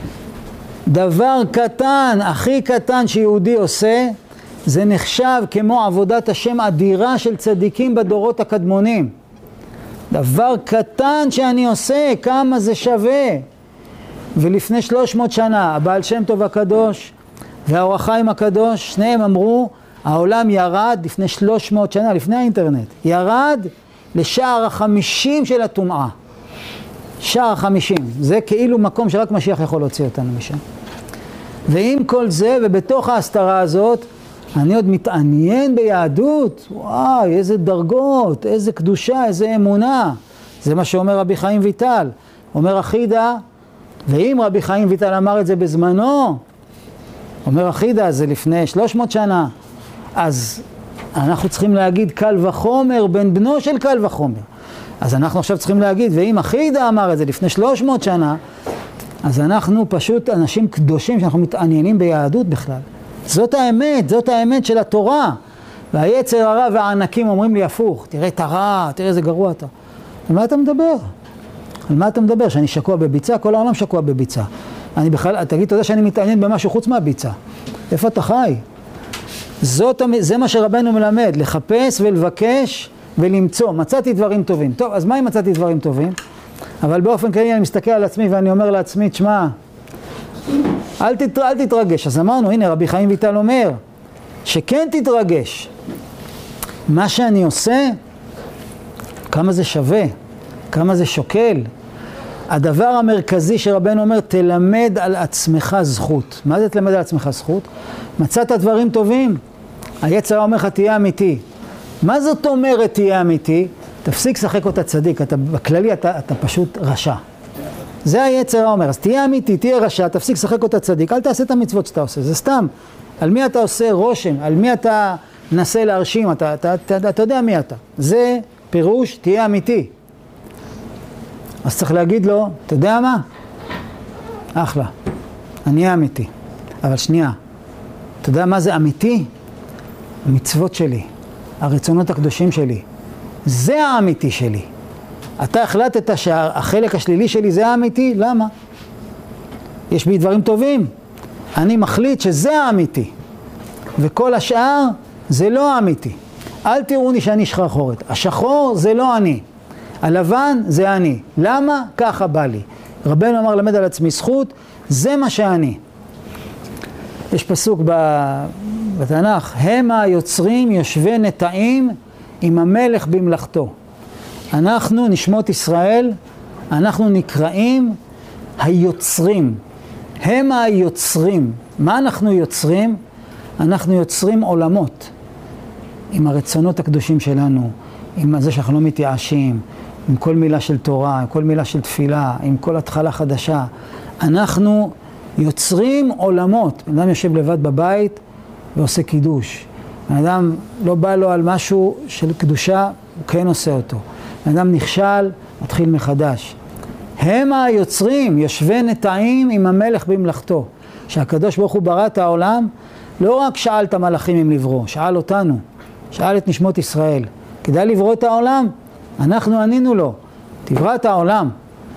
Speaker 1: דבר קטן, הכי קטן שיהודי עושה, זה נחשב כמו עבודת השם אדירה של צדיקים בדורות הקדמונים. דבר קטן שאני עושה, כמה זה שווה. ולפני שלוש מאות שנה, הבעל שם טוב הקדוש והאור החיים הקדוש, שניהם אמרו, העולם ירד לפני שלוש מאות שנה, לפני האינטרנט, ירד לשער החמישים של הטומאה. שער החמישים, זה כאילו מקום שרק משיח יכול להוציא אותנו משם. ועם כל זה, ובתוך ההסתרה הזאת, אני עוד מתעניין ביהדות, וואי, איזה דרגות, איזה קדושה, איזה אמונה. זה מה שאומר רבי חיים ויטל. אומר אחידה, ואם רבי חיים ויטל אמר את זה בזמנו, אומר אחידה, זה לפני שלוש מאות שנה, אז אנחנו צריכים להגיד קל וחומר, בן בנו של קל וחומר. אז אנחנו עכשיו צריכים להגיד, ואם אחידה אמר את זה לפני שלוש מאות שנה, אז אנחנו פשוט אנשים קדושים שאנחנו מתעניינים ביהדות בכלל. זאת האמת, זאת האמת של התורה. והיצר הרע והענקים אומרים לי הפוך, תראה את הרע, תראה איזה גרוע אתה. על מה אתה מדבר? על מה אתה מדבר? שאני שקוע בביצה? כל העולם שקוע בביצה. אני בכלל, תגיד, אתה יודע שאני מתעניין במשהו חוץ מהביצה. איפה אתה חי? זאת, זה מה שרבנו מלמד, לחפש ולבקש ולמצוא. מצאתי דברים טובים. טוב, אז מה אם מצאתי דברים טובים? אבל באופן כללי אני מסתכל על עצמי ואני אומר לעצמי, תשמע, אל, תת, אל תתרגש. אז אמרנו, הנה רבי חיים ויטל אומר, שכן תתרגש. מה שאני עושה, כמה זה שווה, כמה זה שוקל. הדבר המרכזי שרבנו אומר, תלמד על עצמך זכות. מה זה תלמד על עצמך זכות? מצאת דברים טובים, היצר אומר לך תהיה אמיתי. מה זאת אומרת תהיה אמיתי? תפסיק לשחק אותה צדיק, אתה, בכללי אתה, אתה פשוט רשע. זה היצר אומר, אז תהיה אמיתי, תהיה רשע, תפסיק לשחק אותה צדיק, אל תעשה את המצוות שאתה עושה, זה סתם. על מי אתה עושה רושם, על מי אתה נסה להרשים, אתה, אתה, אתה, אתה, אתה יודע מי אתה. זה פירוש, תהיה אמיתי. אז צריך להגיד לו, אתה יודע מה? אחלה, אני אהיה אמיתי. אבל שנייה, אתה יודע מה זה אמיתי? המצוות שלי, הרצונות הקדושים שלי. זה האמיתי שלי. אתה החלטת שהחלק השלילי שלי זה האמיתי? למה? יש בי דברים טובים. אני מחליט שזה האמיתי. וכל השאר זה לא האמיתי. אל תראוני שאני שחרחורת. השחור זה לא אני. הלבן זה אני. למה? ככה בא לי. רבנו אמר למד על עצמי זכות, זה מה שאני. יש פסוק בתנ"ך, הם היוצרים יושבי נטעים עם המלך במלאכתו. אנחנו, נשמות ישראל, אנחנו נקראים היוצרים. הם היוצרים. מה אנחנו יוצרים? אנחנו יוצרים עולמות. עם הרצונות הקדושים שלנו, עם זה שאנחנו לא מתייאשים, עם כל מילה של תורה, עם כל מילה של תפילה, עם כל התחלה חדשה. אנחנו יוצרים עולמות. אדם יושב לבד בבית ועושה קידוש. האדם לא בא לו על משהו של קדושה, הוא כן עושה אותו. האדם נכשל, מתחיל מחדש. הם היוצרים, יושבי נטעים עם המלך במלאכתו. שהקדוש ברוך הוא ברא את העולם, לא רק שאל את המלאכים אם לברוא, שאל אותנו, שאל את נשמות ישראל. כדאי לברוא את העולם? אנחנו ענינו לו, תברא את העולם.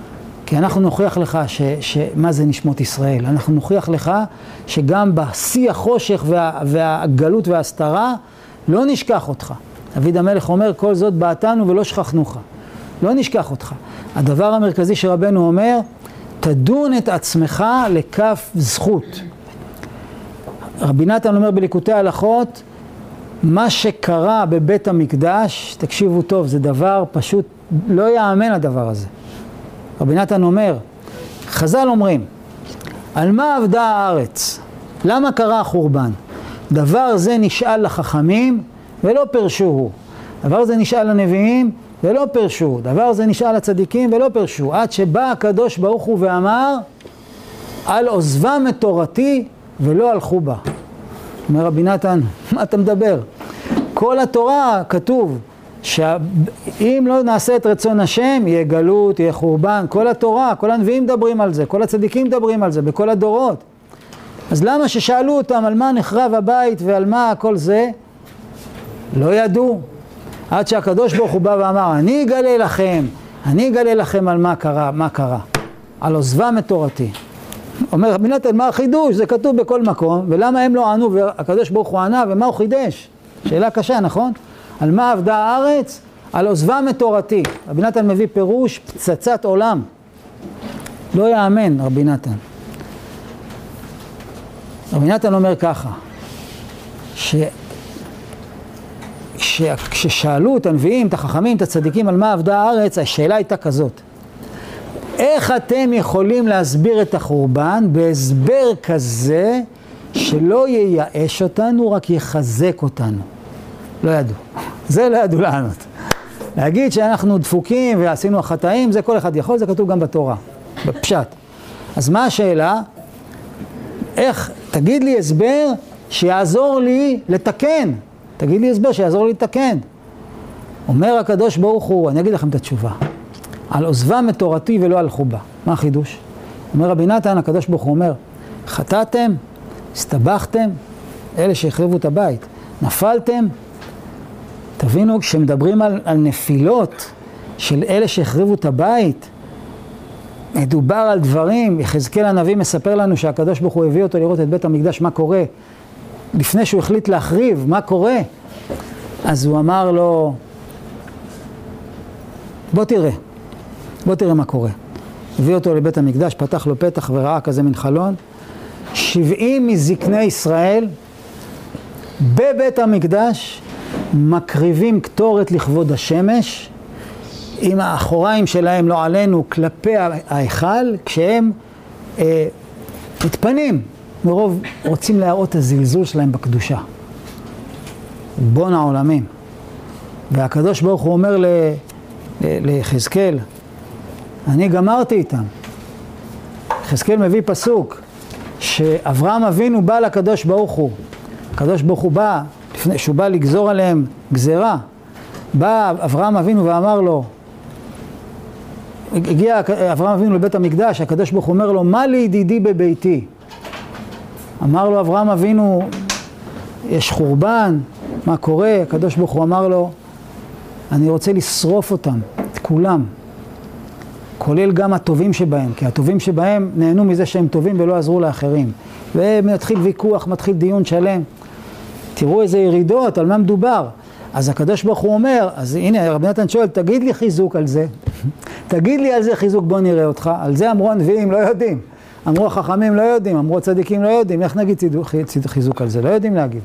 Speaker 1: כי אנחנו נוכיח לך ש, ש, מה זה נשמות ישראל. אנחנו נוכיח לך שגם בשיא החושך וה, והגלות וההסתרה, לא נשכח אותך. דוד המלך אומר, כל זאת בעתנו ולא שכחנוך. לא נשכח אותך. הדבר המרכזי שרבנו אומר, תדון את עצמך לכף זכות. רבי נתן אומר בליקוטי ההלכות, מה שקרה בבית המקדש, תקשיבו טוב, זה דבר פשוט, לא יאמן הדבר הזה. רבי נתן אומר, חז"ל אומרים, על מה עבדה הארץ? למה קרה החורבן? דבר זה נשאל לחכמים ולא פרשוהו. דבר זה נשאל לנביאים ולא פרשו. דבר זה נשאל לצדיקים ולא פרשו. עד שבא הקדוש ברוך הוא ואמר, על עוזבם את תורתי ולא הלכו בה. אומר רבי נתן, מה אתה מדבר? כל התורה כתוב, שאם לא נעשה את רצון השם, יהיה גלות, יהיה חורבן. כל התורה, כל הנביאים מדברים על זה, כל הצדיקים מדברים על זה, בכל הדורות. אז למה ששאלו אותם על מה נחרב הבית ועל מה כל זה? לא ידעו. עד שהקדוש ברוך הוא בא ואמר, אני אגלה לכם, אני אגלה לכם על מה קרה, מה קרה. על עוזבם את תורתי. אומר רבי נתן, מה החידוש? זה כתוב בכל מקום, ולמה הם לא ענו והקדוש ברוך הוא ענה, ומה הוא חידש? שאלה קשה, נכון? על מה עבדה הארץ? על עוזבם את תורתי. רבי נתן מביא פירוש פצצת עולם. לא יאמן, רבי נתן. רבי נתן אומר ככה, ש... ש... כששאלו את הנביאים, את החכמים, את הצדיקים, על מה עבדה הארץ, השאלה הייתה כזאת. איך אתם יכולים להסביר את החורבן בהסבר כזה שלא ייאש אותנו, רק יחזק אותנו? לא ידעו. זה לא ידעו לענות. להגיד שאנחנו דפוקים ועשינו החטאים, זה כל אחד יכול, זה כתוב גם בתורה, בפשט. אז מה השאלה? איך, תגיד לי הסבר שיעזור לי לתקן. תגיד לי הסבר שיעזור לי לתקן. אומר הקדוש ברוך הוא, אני אגיד לכם את התשובה. על עוזבם את תורתי ולא הלכו בה. מה החידוש? אומר רבי נתן, הקדוש ברוך הוא אומר, חטאתם, הסתבכתם, אלה שהחריבו את הבית, נפלתם. תבינו, כשמדברים על, על נפילות של אלה שהחריבו את הבית, מדובר על דברים, יחזקאל הנביא מספר לנו שהקדוש ברוך הוא הביא אותו לראות את בית המקדש, מה קורה, לפני שהוא החליט להחריב, מה קורה? אז הוא אמר לו, בוא תראה, בוא תראה מה קורה. הביא אותו לבית המקדש, פתח לו פתח וראה כזה מן חלון, שבעים מזקני ישראל בבית המקדש מקריבים קטורת לכבוד השמש, עם האחוריים שלהם לא עלינו כלפי ההיכל, כשהם אה, מתפנים, מרוב רוצים להראות את הזלזול שלהם בקדושה. בון העולמים. והקדוש ברוך הוא אומר ליחזקאל, אני גמרתי איתם. יחזקאל מביא פסוק, שאברהם אבינו בא לקדוש ברוך הוא. הקדוש ברוך הוא בא, לפני שהוא בא לגזור עליהם גזרה, בא אברהם אבינו ואמר לו, הגיע אברהם אבינו לבית המקדש, הקדוש ברוך הוא אומר לו, מה לידידי בביתי? אמר לו אברהם אבינו, יש חורבן, מה קורה? הקדוש ברוך הוא אמר לו, אני רוצה לשרוף אותם, את כולם, כולל גם הטובים שבהם, כי הטובים שבהם נהנו מזה שהם טובים ולא עזרו לאחרים. ומתחיל ויכוח, מתחיל דיון שלם. תראו איזה ירידות, על מה מדובר. אז הקדוש ברוך הוא אומר, אז הנה רבי נתן שואל, תגיד לי חיזוק על זה. תגיד לי על זה חיזוק, בוא נראה אותך. על זה אמרו הנביאים, לא יודעים. אמרו החכמים, לא יודעים. אמרו הצדיקים, לא יודעים. איך נגיד חיזוק על זה? לא יודעים להגיד.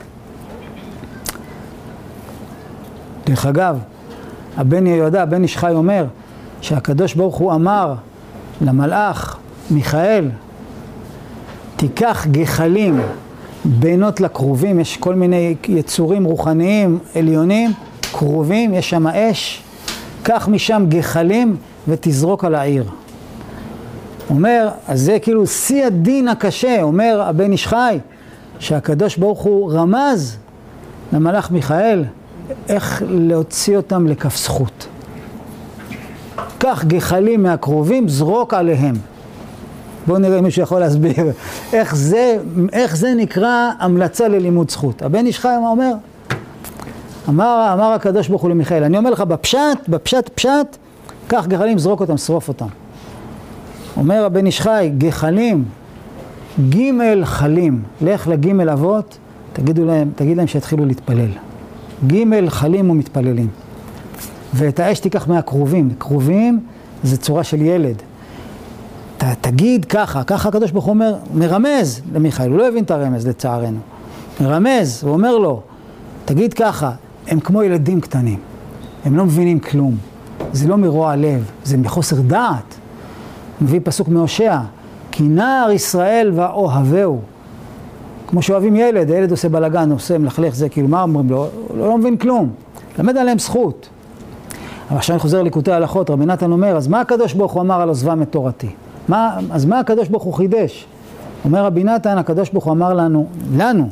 Speaker 1: דרך אגב, הבן יהודה, הבן איש חי אומר, שהקדוש ברוך הוא אמר למלאך, מיכאל, תיקח גחלים בינות לקרובים, יש כל מיני יצורים רוחניים, עליונים, קרובים, יש שם אש, קח משם גחלים ותזרוק על העיר. אומר, אז זה כאילו שיא הדין הקשה, אומר הבן איש חי, שהקדוש ברוך הוא רמז למלאך מיכאל, איך להוציא אותם לכף זכות. קח גחלים מהקרובים, זרוק עליהם. בואו נראה אם מישהו יכול להסביר איך זה, איך זה נקרא המלצה ללימוד זכות. הבן איש חי אומר, אמר, אמר הקדוש ברוך הוא למיכאל, אני אומר לך בפשט, בפשט פשט, קח גחלים, זרוק אותם, שרוף אותם. אומר הבן איש חי, גחלים, ג' חלים, לך לג' אבות, תגידו להם, תגיד להם שיתחילו להתפלל. ג' חלים ומתפללים. ואת האש תיקח מהקרובים, קרובים זה צורה של ילד. ת, תגיד ככה, ככה הקדוש ברוך הוא אומר, מרמז למיכאל, הוא לא הבין את הרמז לצערנו. מרמז, הוא אומר לו, תגיד ככה, הם כמו ילדים קטנים, הם לא מבינים כלום, זה לא מרוע לב, זה מחוסר דעת. מביא פסוק מהושע, כי נער ישראל ואוהבהו, כמו שאוהבים ילד, הילד עושה בלגן, עושה מלכלך, זה כאילו מה אומרים לו, לא, לא מבין כלום, למד עליהם זכות. אבל עכשיו אני חוזר ליקוטי ההלכות, רבי נתן אומר, אז מה הקדוש ברוך הוא אמר על עוזבם את תורתי? מה, אז מה הקדוש ברוך הוא חידש? אומר רבי נתן, הקדוש ברוך הוא אמר לנו, לנו,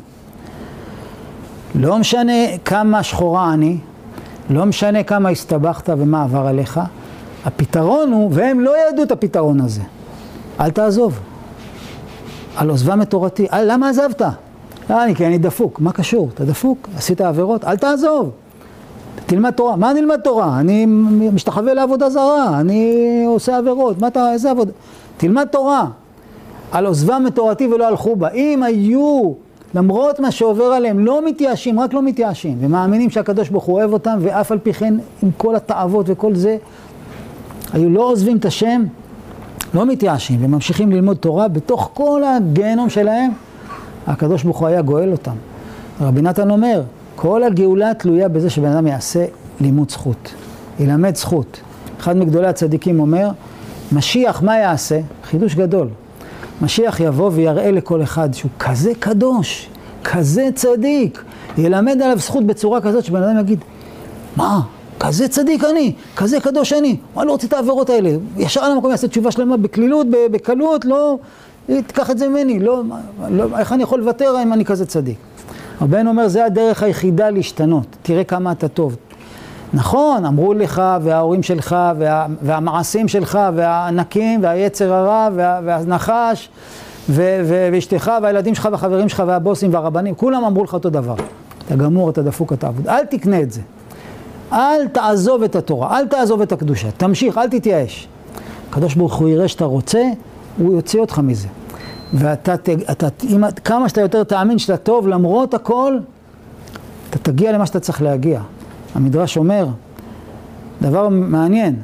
Speaker 1: לא משנה כמה שחורה אני, לא משנה כמה הסתבכת ומה עבר עליך, הפתרון הוא, והם לא ידעו את הפתרון הזה, אל תעזוב. על עוזבם את תורתי, אל, למה עזבת? לא, אני, כי אני דפוק, מה קשור? אתה דפוק? עשית עבירות? אל תעזוב. תלמד תורה. מה נלמד תורה? אני משתחווה לעבודה זרה, אני עושה עבירות, מה אתה, איזה עבודה? תלמד תורה. על עוזבם את תורתי ולא הלכו בה. אם היו, למרות מה שעובר עליהם, לא מתייאשים, רק לא מתייאשים, ומאמינים שהקדוש ברוך הוא אוהב אותם, ואף על פי כן, עם כל התאוות וכל זה, היו לא עוזבים את השם, לא מתייאשים, וממשיכים ללמוד תורה, בתוך כל הגיהנום שלהם, הקדוש ברוך הוא היה גואל אותם. רבי נתן אומר, כל הגאולה תלויה בזה שבן אדם יעשה לימוד זכות, ילמד זכות. אחד מגדולי הצדיקים אומר, משיח מה יעשה? חידוש גדול. משיח יבוא ויראה לכל אחד שהוא כזה קדוש, כזה צדיק, ילמד עליו זכות בצורה כזאת שבן אדם יגיד, מה? כזה צדיק אני, כזה קדוש אני, מה לא רוצה את העבירות האלה? ישר על המקום יעשה תשובה שלמה בקלילות, בקלות, לא, תקח את זה ממני, לא, לא, איך אני יכול לוותר אם אני כזה צדיק? הבן אומר, זה הדרך היחידה להשתנות, תראה כמה אתה טוב. נכון, אמרו לך, וההורים שלך, וה, והמעשים שלך, והענקים, והיצר הרע, וה, והנחש, ו, ו, ואשתך, והילדים שלך, והחברים שלך, והבוסים, והרבנים, כולם אמרו לך אותו דבר. אתה גמור, אתה דפוק, אתה עבוד. אל תקנה את זה. אל תעזוב את התורה, אל תעזוב את הקדושה. תמשיך, אל תתייאש. הקדוש ברוך הוא יראה שאתה רוצה, הוא יוציא אותך מזה. ואתה, אתה, אם, כמה שאתה יותר תאמין שאתה טוב, למרות הכל, אתה תגיע למה שאתה צריך להגיע. המדרש אומר, דבר מעניין,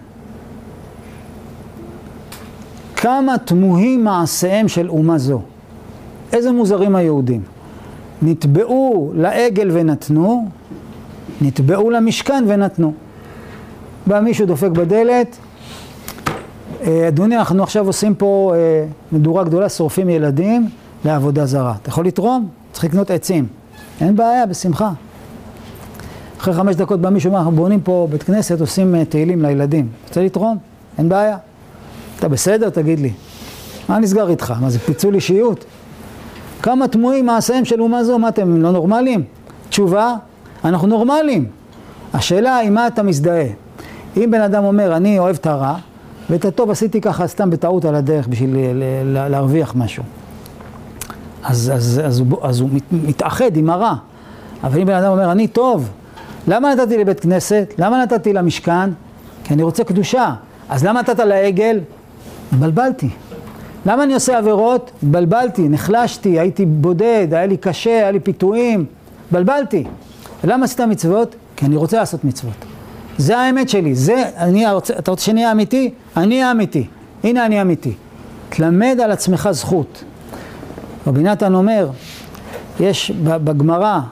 Speaker 1: כמה תמוהים מעשיהם של אומה זו. איזה מוזרים היהודים. נתבעו לעגל ונתנו, נתבעו למשכן ונתנו. בא מישהו דופק בדלת, אדוני, אנחנו עכשיו עושים פה מדורה גדולה, שורפים ילדים לעבודה זרה. אתה יכול לתרום? צריך לקנות עצים. אין בעיה, בשמחה. אחרי חמש דקות בא מישהו, אנחנו בונים פה בית כנסת, עושים תהילים לילדים. רוצה לתרום? אין בעיה. אתה בסדר? תגיד לי. מה נסגר איתך? מה זה פיצול אישיות? כמה תמוהים מעשיהם של אומה זו? מה אתם לא נורמליים? תשובה, אנחנו נורמליים. השאלה היא מה אתה מזדהה. אם בן אדם אומר, אני אוהב את הרע, ואת הטוב עשיתי ככה סתם בטעות על הדרך בשביל להרוויח משהו. אז, אז, אז, הוא, אז הוא מת, מתאחד עם הרע. אבל אם בן אדם אומר, אני טוב, למה נתתי לבית כנסת? למה נתתי למשכן? כי אני רוצה קדושה. אז למה נתת לעגל? בלבלתי. למה אני עושה עבירות? בלבלתי, נחלשתי, הייתי בודד, היה לי קשה, היה לי פיתויים, בלבלתי. ולמה עשית מצוות? כי אני רוצה לעשות מצוות. זה האמת שלי, זה, אני, אתה רוצה שאני אמיתי? אני אמיתי. הנה אני אמיתי. תלמד על עצמך זכות. רבי נתן אומר, יש בגמרא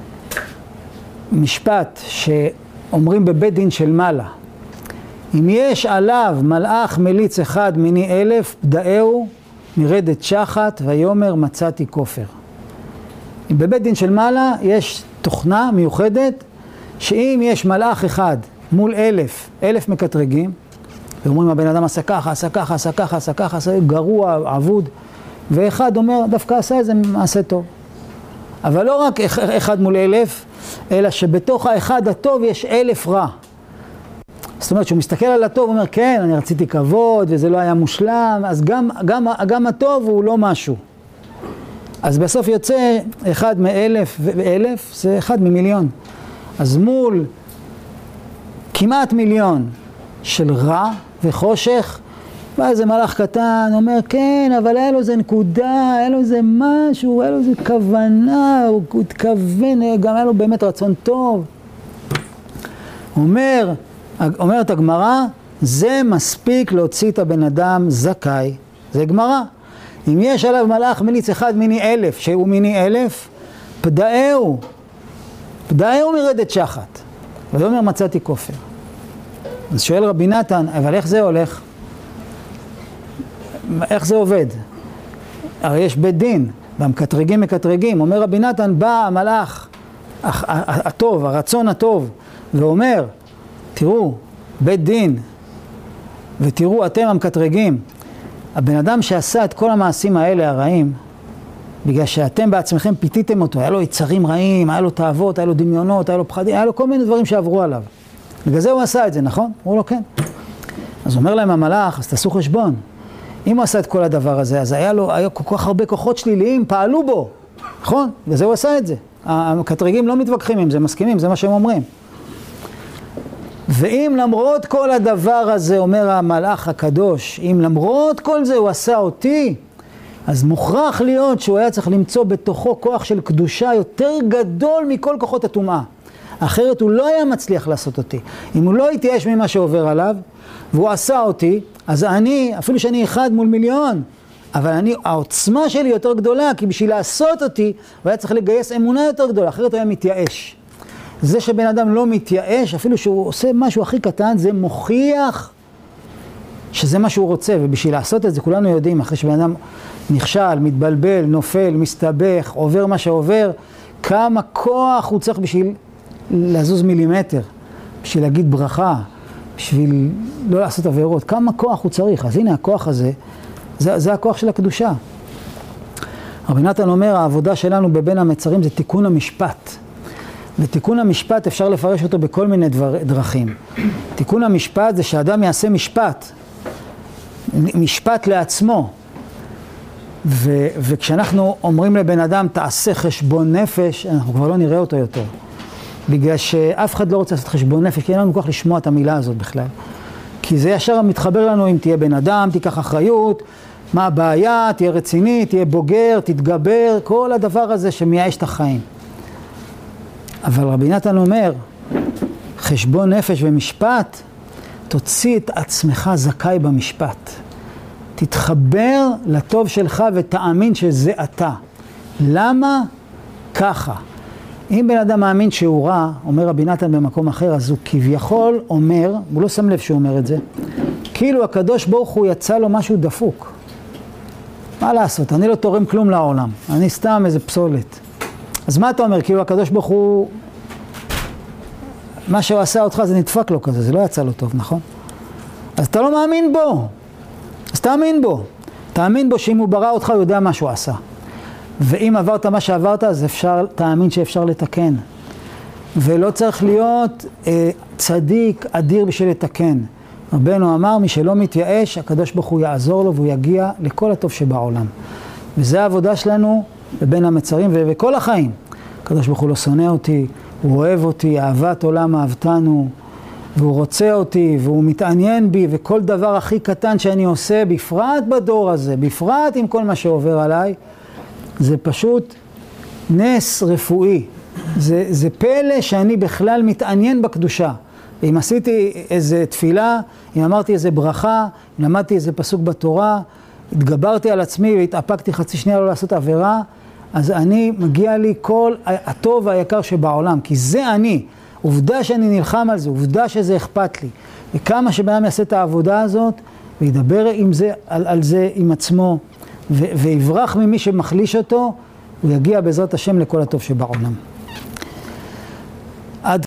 Speaker 1: משפט שאומרים בבית דין של מעלה, אם יש עליו מלאך מליץ אחד מיני אלף, דאהו מרדת שחת ויומר מצאתי כופר. בבית דין של מעלה יש תוכנה מיוחדת, שאם יש מלאך אחד מול אלף, אלף מקטרגים, ואומרים הבן אדם עשה ככה, עשה ככה, עשה ככה, עשה ככה, עשה גרוע, עבוד, ואחד אומר דווקא עשה איזה מעשה טוב. אבל לא רק אחד מול אלף, אלא שבתוך האחד הטוב יש אלף רע. זאת אומרת שהוא מסתכל על הטוב ואומר כן, אני רציתי כבוד וזה לא היה מושלם, אז גם, גם, גם הטוב הוא לא משהו. אז בסוף יוצא אחד מאלף ואלף, זה אחד ממיליון. אז מול כמעט מיליון של רע וחושך, בא איזה מלאך קטן, אומר, כן, אבל היה לו איזה נקודה, היה לו איזה משהו, היה לו איזה כוונה, הוא התכוון, גם היה לו באמת רצון טוב. אומר, אומרת הגמרא, זה מספיק להוציא את הבן אדם זכאי. זה גמרא. אם יש עליו מלאך מליץ אחד מיני אלף, שהוא מיני אלף, פדאהו, פדאהו מרדת שחת. ויאמר מצאתי כופר. אז שואל רבי נתן, אבל איך זה הולך? איך זה עובד? הרי יש בית דין, והמקטרגים מקטרגים. אומר רבי נתן, בא המלאך הטוב, הרצון הטוב, ואומר, תראו, בית דין, ותראו אתם המקטרגים, הבן אדם שעשה את כל המעשים האלה הרעים, בגלל שאתם בעצמכם פיתיתם אותו, היה לו יצרים רעים, היה לו תאוות, היה לו דמיונות, היה לו פחדים, היה לו כל מיני דברים שעברו עליו. בגלל זה הוא עשה את זה, נכון? הוא לא כן. אז אומר להם המלאך, אז תעשו חשבון. אם הוא עשה את כל הדבר הזה, אז היה לו, היה כל כך הרבה כוחות שליליים, פעלו בו, נכון? בגלל זה הוא עשה את זה. המקטרגים לא מתווכחים עם זה, מסכימים, זה מה שהם אומרים. ואם למרות כל הדבר הזה, אומר המלאך הקדוש, אם למרות כל זה הוא עשה אותי, אז מוכרח להיות שהוא היה צריך למצוא בתוכו כוח של קדושה יותר גדול מכל כוחות הטומאה. אחרת הוא לא היה מצליח לעשות אותי. אם הוא לא התייאש ממה שעובר עליו, והוא עשה אותי, אז אני, אפילו שאני אחד מול מיליון, אבל אני, העוצמה שלי יותר גדולה, כי בשביל לעשות אותי, הוא היה צריך לגייס אמונה יותר גדולה, אחרת הוא היה מתייאש. זה שבן אדם לא מתייאש, אפילו שהוא עושה משהו הכי קטן, זה מוכיח שזה מה שהוא רוצה, ובשביל לעשות את זה כולנו יודעים, אחרי שבן אדם נכשל, מתבלבל, נופל, מסתבך, עובר מה שעובר, כמה כוח הוא צריך בשביל לזוז מילימטר, בשביל להגיד ברכה, בשביל לא לעשות עבירות, כמה כוח הוא צריך. אז הנה הכוח הזה, זה, זה הכוח של הקדושה. רבי נתן אומר, העבודה שלנו בבין המצרים זה תיקון המשפט. ותיקון המשפט אפשר לפרש אותו בכל מיני דבר, דרכים. תיקון המשפט זה שאדם יעשה משפט, משפט לעצמו. ו, וכשאנחנו אומרים לבן אדם, תעשה חשבון נפש, אנחנו כבר לא נראה אותו יותר. בגלל שאף אחד לא רוצה לעשות חשבון נפש, כי אין לנו כוח לשמוע את המילה הזאת בכלל. כי זה ישר מתחבר לנו אם תהיה בן אדם, תיקח אחריות, מה הבעיה, תהיה רציני, תהיה בוגר, תתגבר, כל הדבר הזה שמייאש את החיים. אבל רבי נתן אומר, חשבון נפש ומשפט, תוציא את עצמך זכאי במשפט. תתחבר לטוב שלך ותאמין שזה אתה. למה? ככה. אם בן אדם מאמין שהוא רע, אומר רבי נתן במקום אחר, אז הוא כביכול אומר, הוא לא שם לב שהוא אומר את זה, כאילו הקדוש ברוך הוא יצא לו משהו דפוק. מה לעשות? אני לא תורם כלום לעולם, אני סתם איזה פסולת. אז מה אתה אומר? כאילו הקדוש ברוך הוא, מה שהוא עשה אותך זה נדפק לו כזה, זה לא יצא לו טוב, נכון? אז אתה לא מאמין בו, אז תאמין בו. תאמין בו שאם הוא ברא אותך הוא יודע מה שהוא עשה. ואם עברת מה שעברת, אז אפשר, תאמין שאפשר לתקן. ולא צריך להיות אה, צדיק אדיר בשביל לתקן. רבנו אמר, מי שלא מתייאש, הקדוש ברוך הוא יעזור לו והוא יגיע לכל הטוב שבעולם. וזה העבודה שלנו בבין המצרים ובכל החיים. הקדוש ברוך הוא לא שונא אותי, הוא אוהב אותי, אהבת עולם אהבתנו, והוא רוצה אותי, והוא מתעניין בי, וכל דבר הכי קטן שאני עושה, בפרט בדור הזה, בפרט עם כל מה שעובר עליי, זה פשוט נס רפואי. זה, זה פלא שאני בכלל מתעניין בקדושה. אם עשיתי איזה תפילה, אם אמרתי איזה ברכה, אם למדתי איזה פסוק בתורה, התגברתי על עצמי והתאפקתי חצי שנייה לא לעשות עבירה, אז אני, מגיע לי כל הטוב והיקר שבעולם, כי זה אני. עובדה שאני נלחם על זה, עובדה שזה אכפת לי. וכמה שבאדם יעשה את העבודה הזאת, וידבר עם זה, על, על זה עם עצמו, ו- ויברח ממי שמחליש אותו, הוא יגיע בעזרת השם לכל הטוב שבעולם.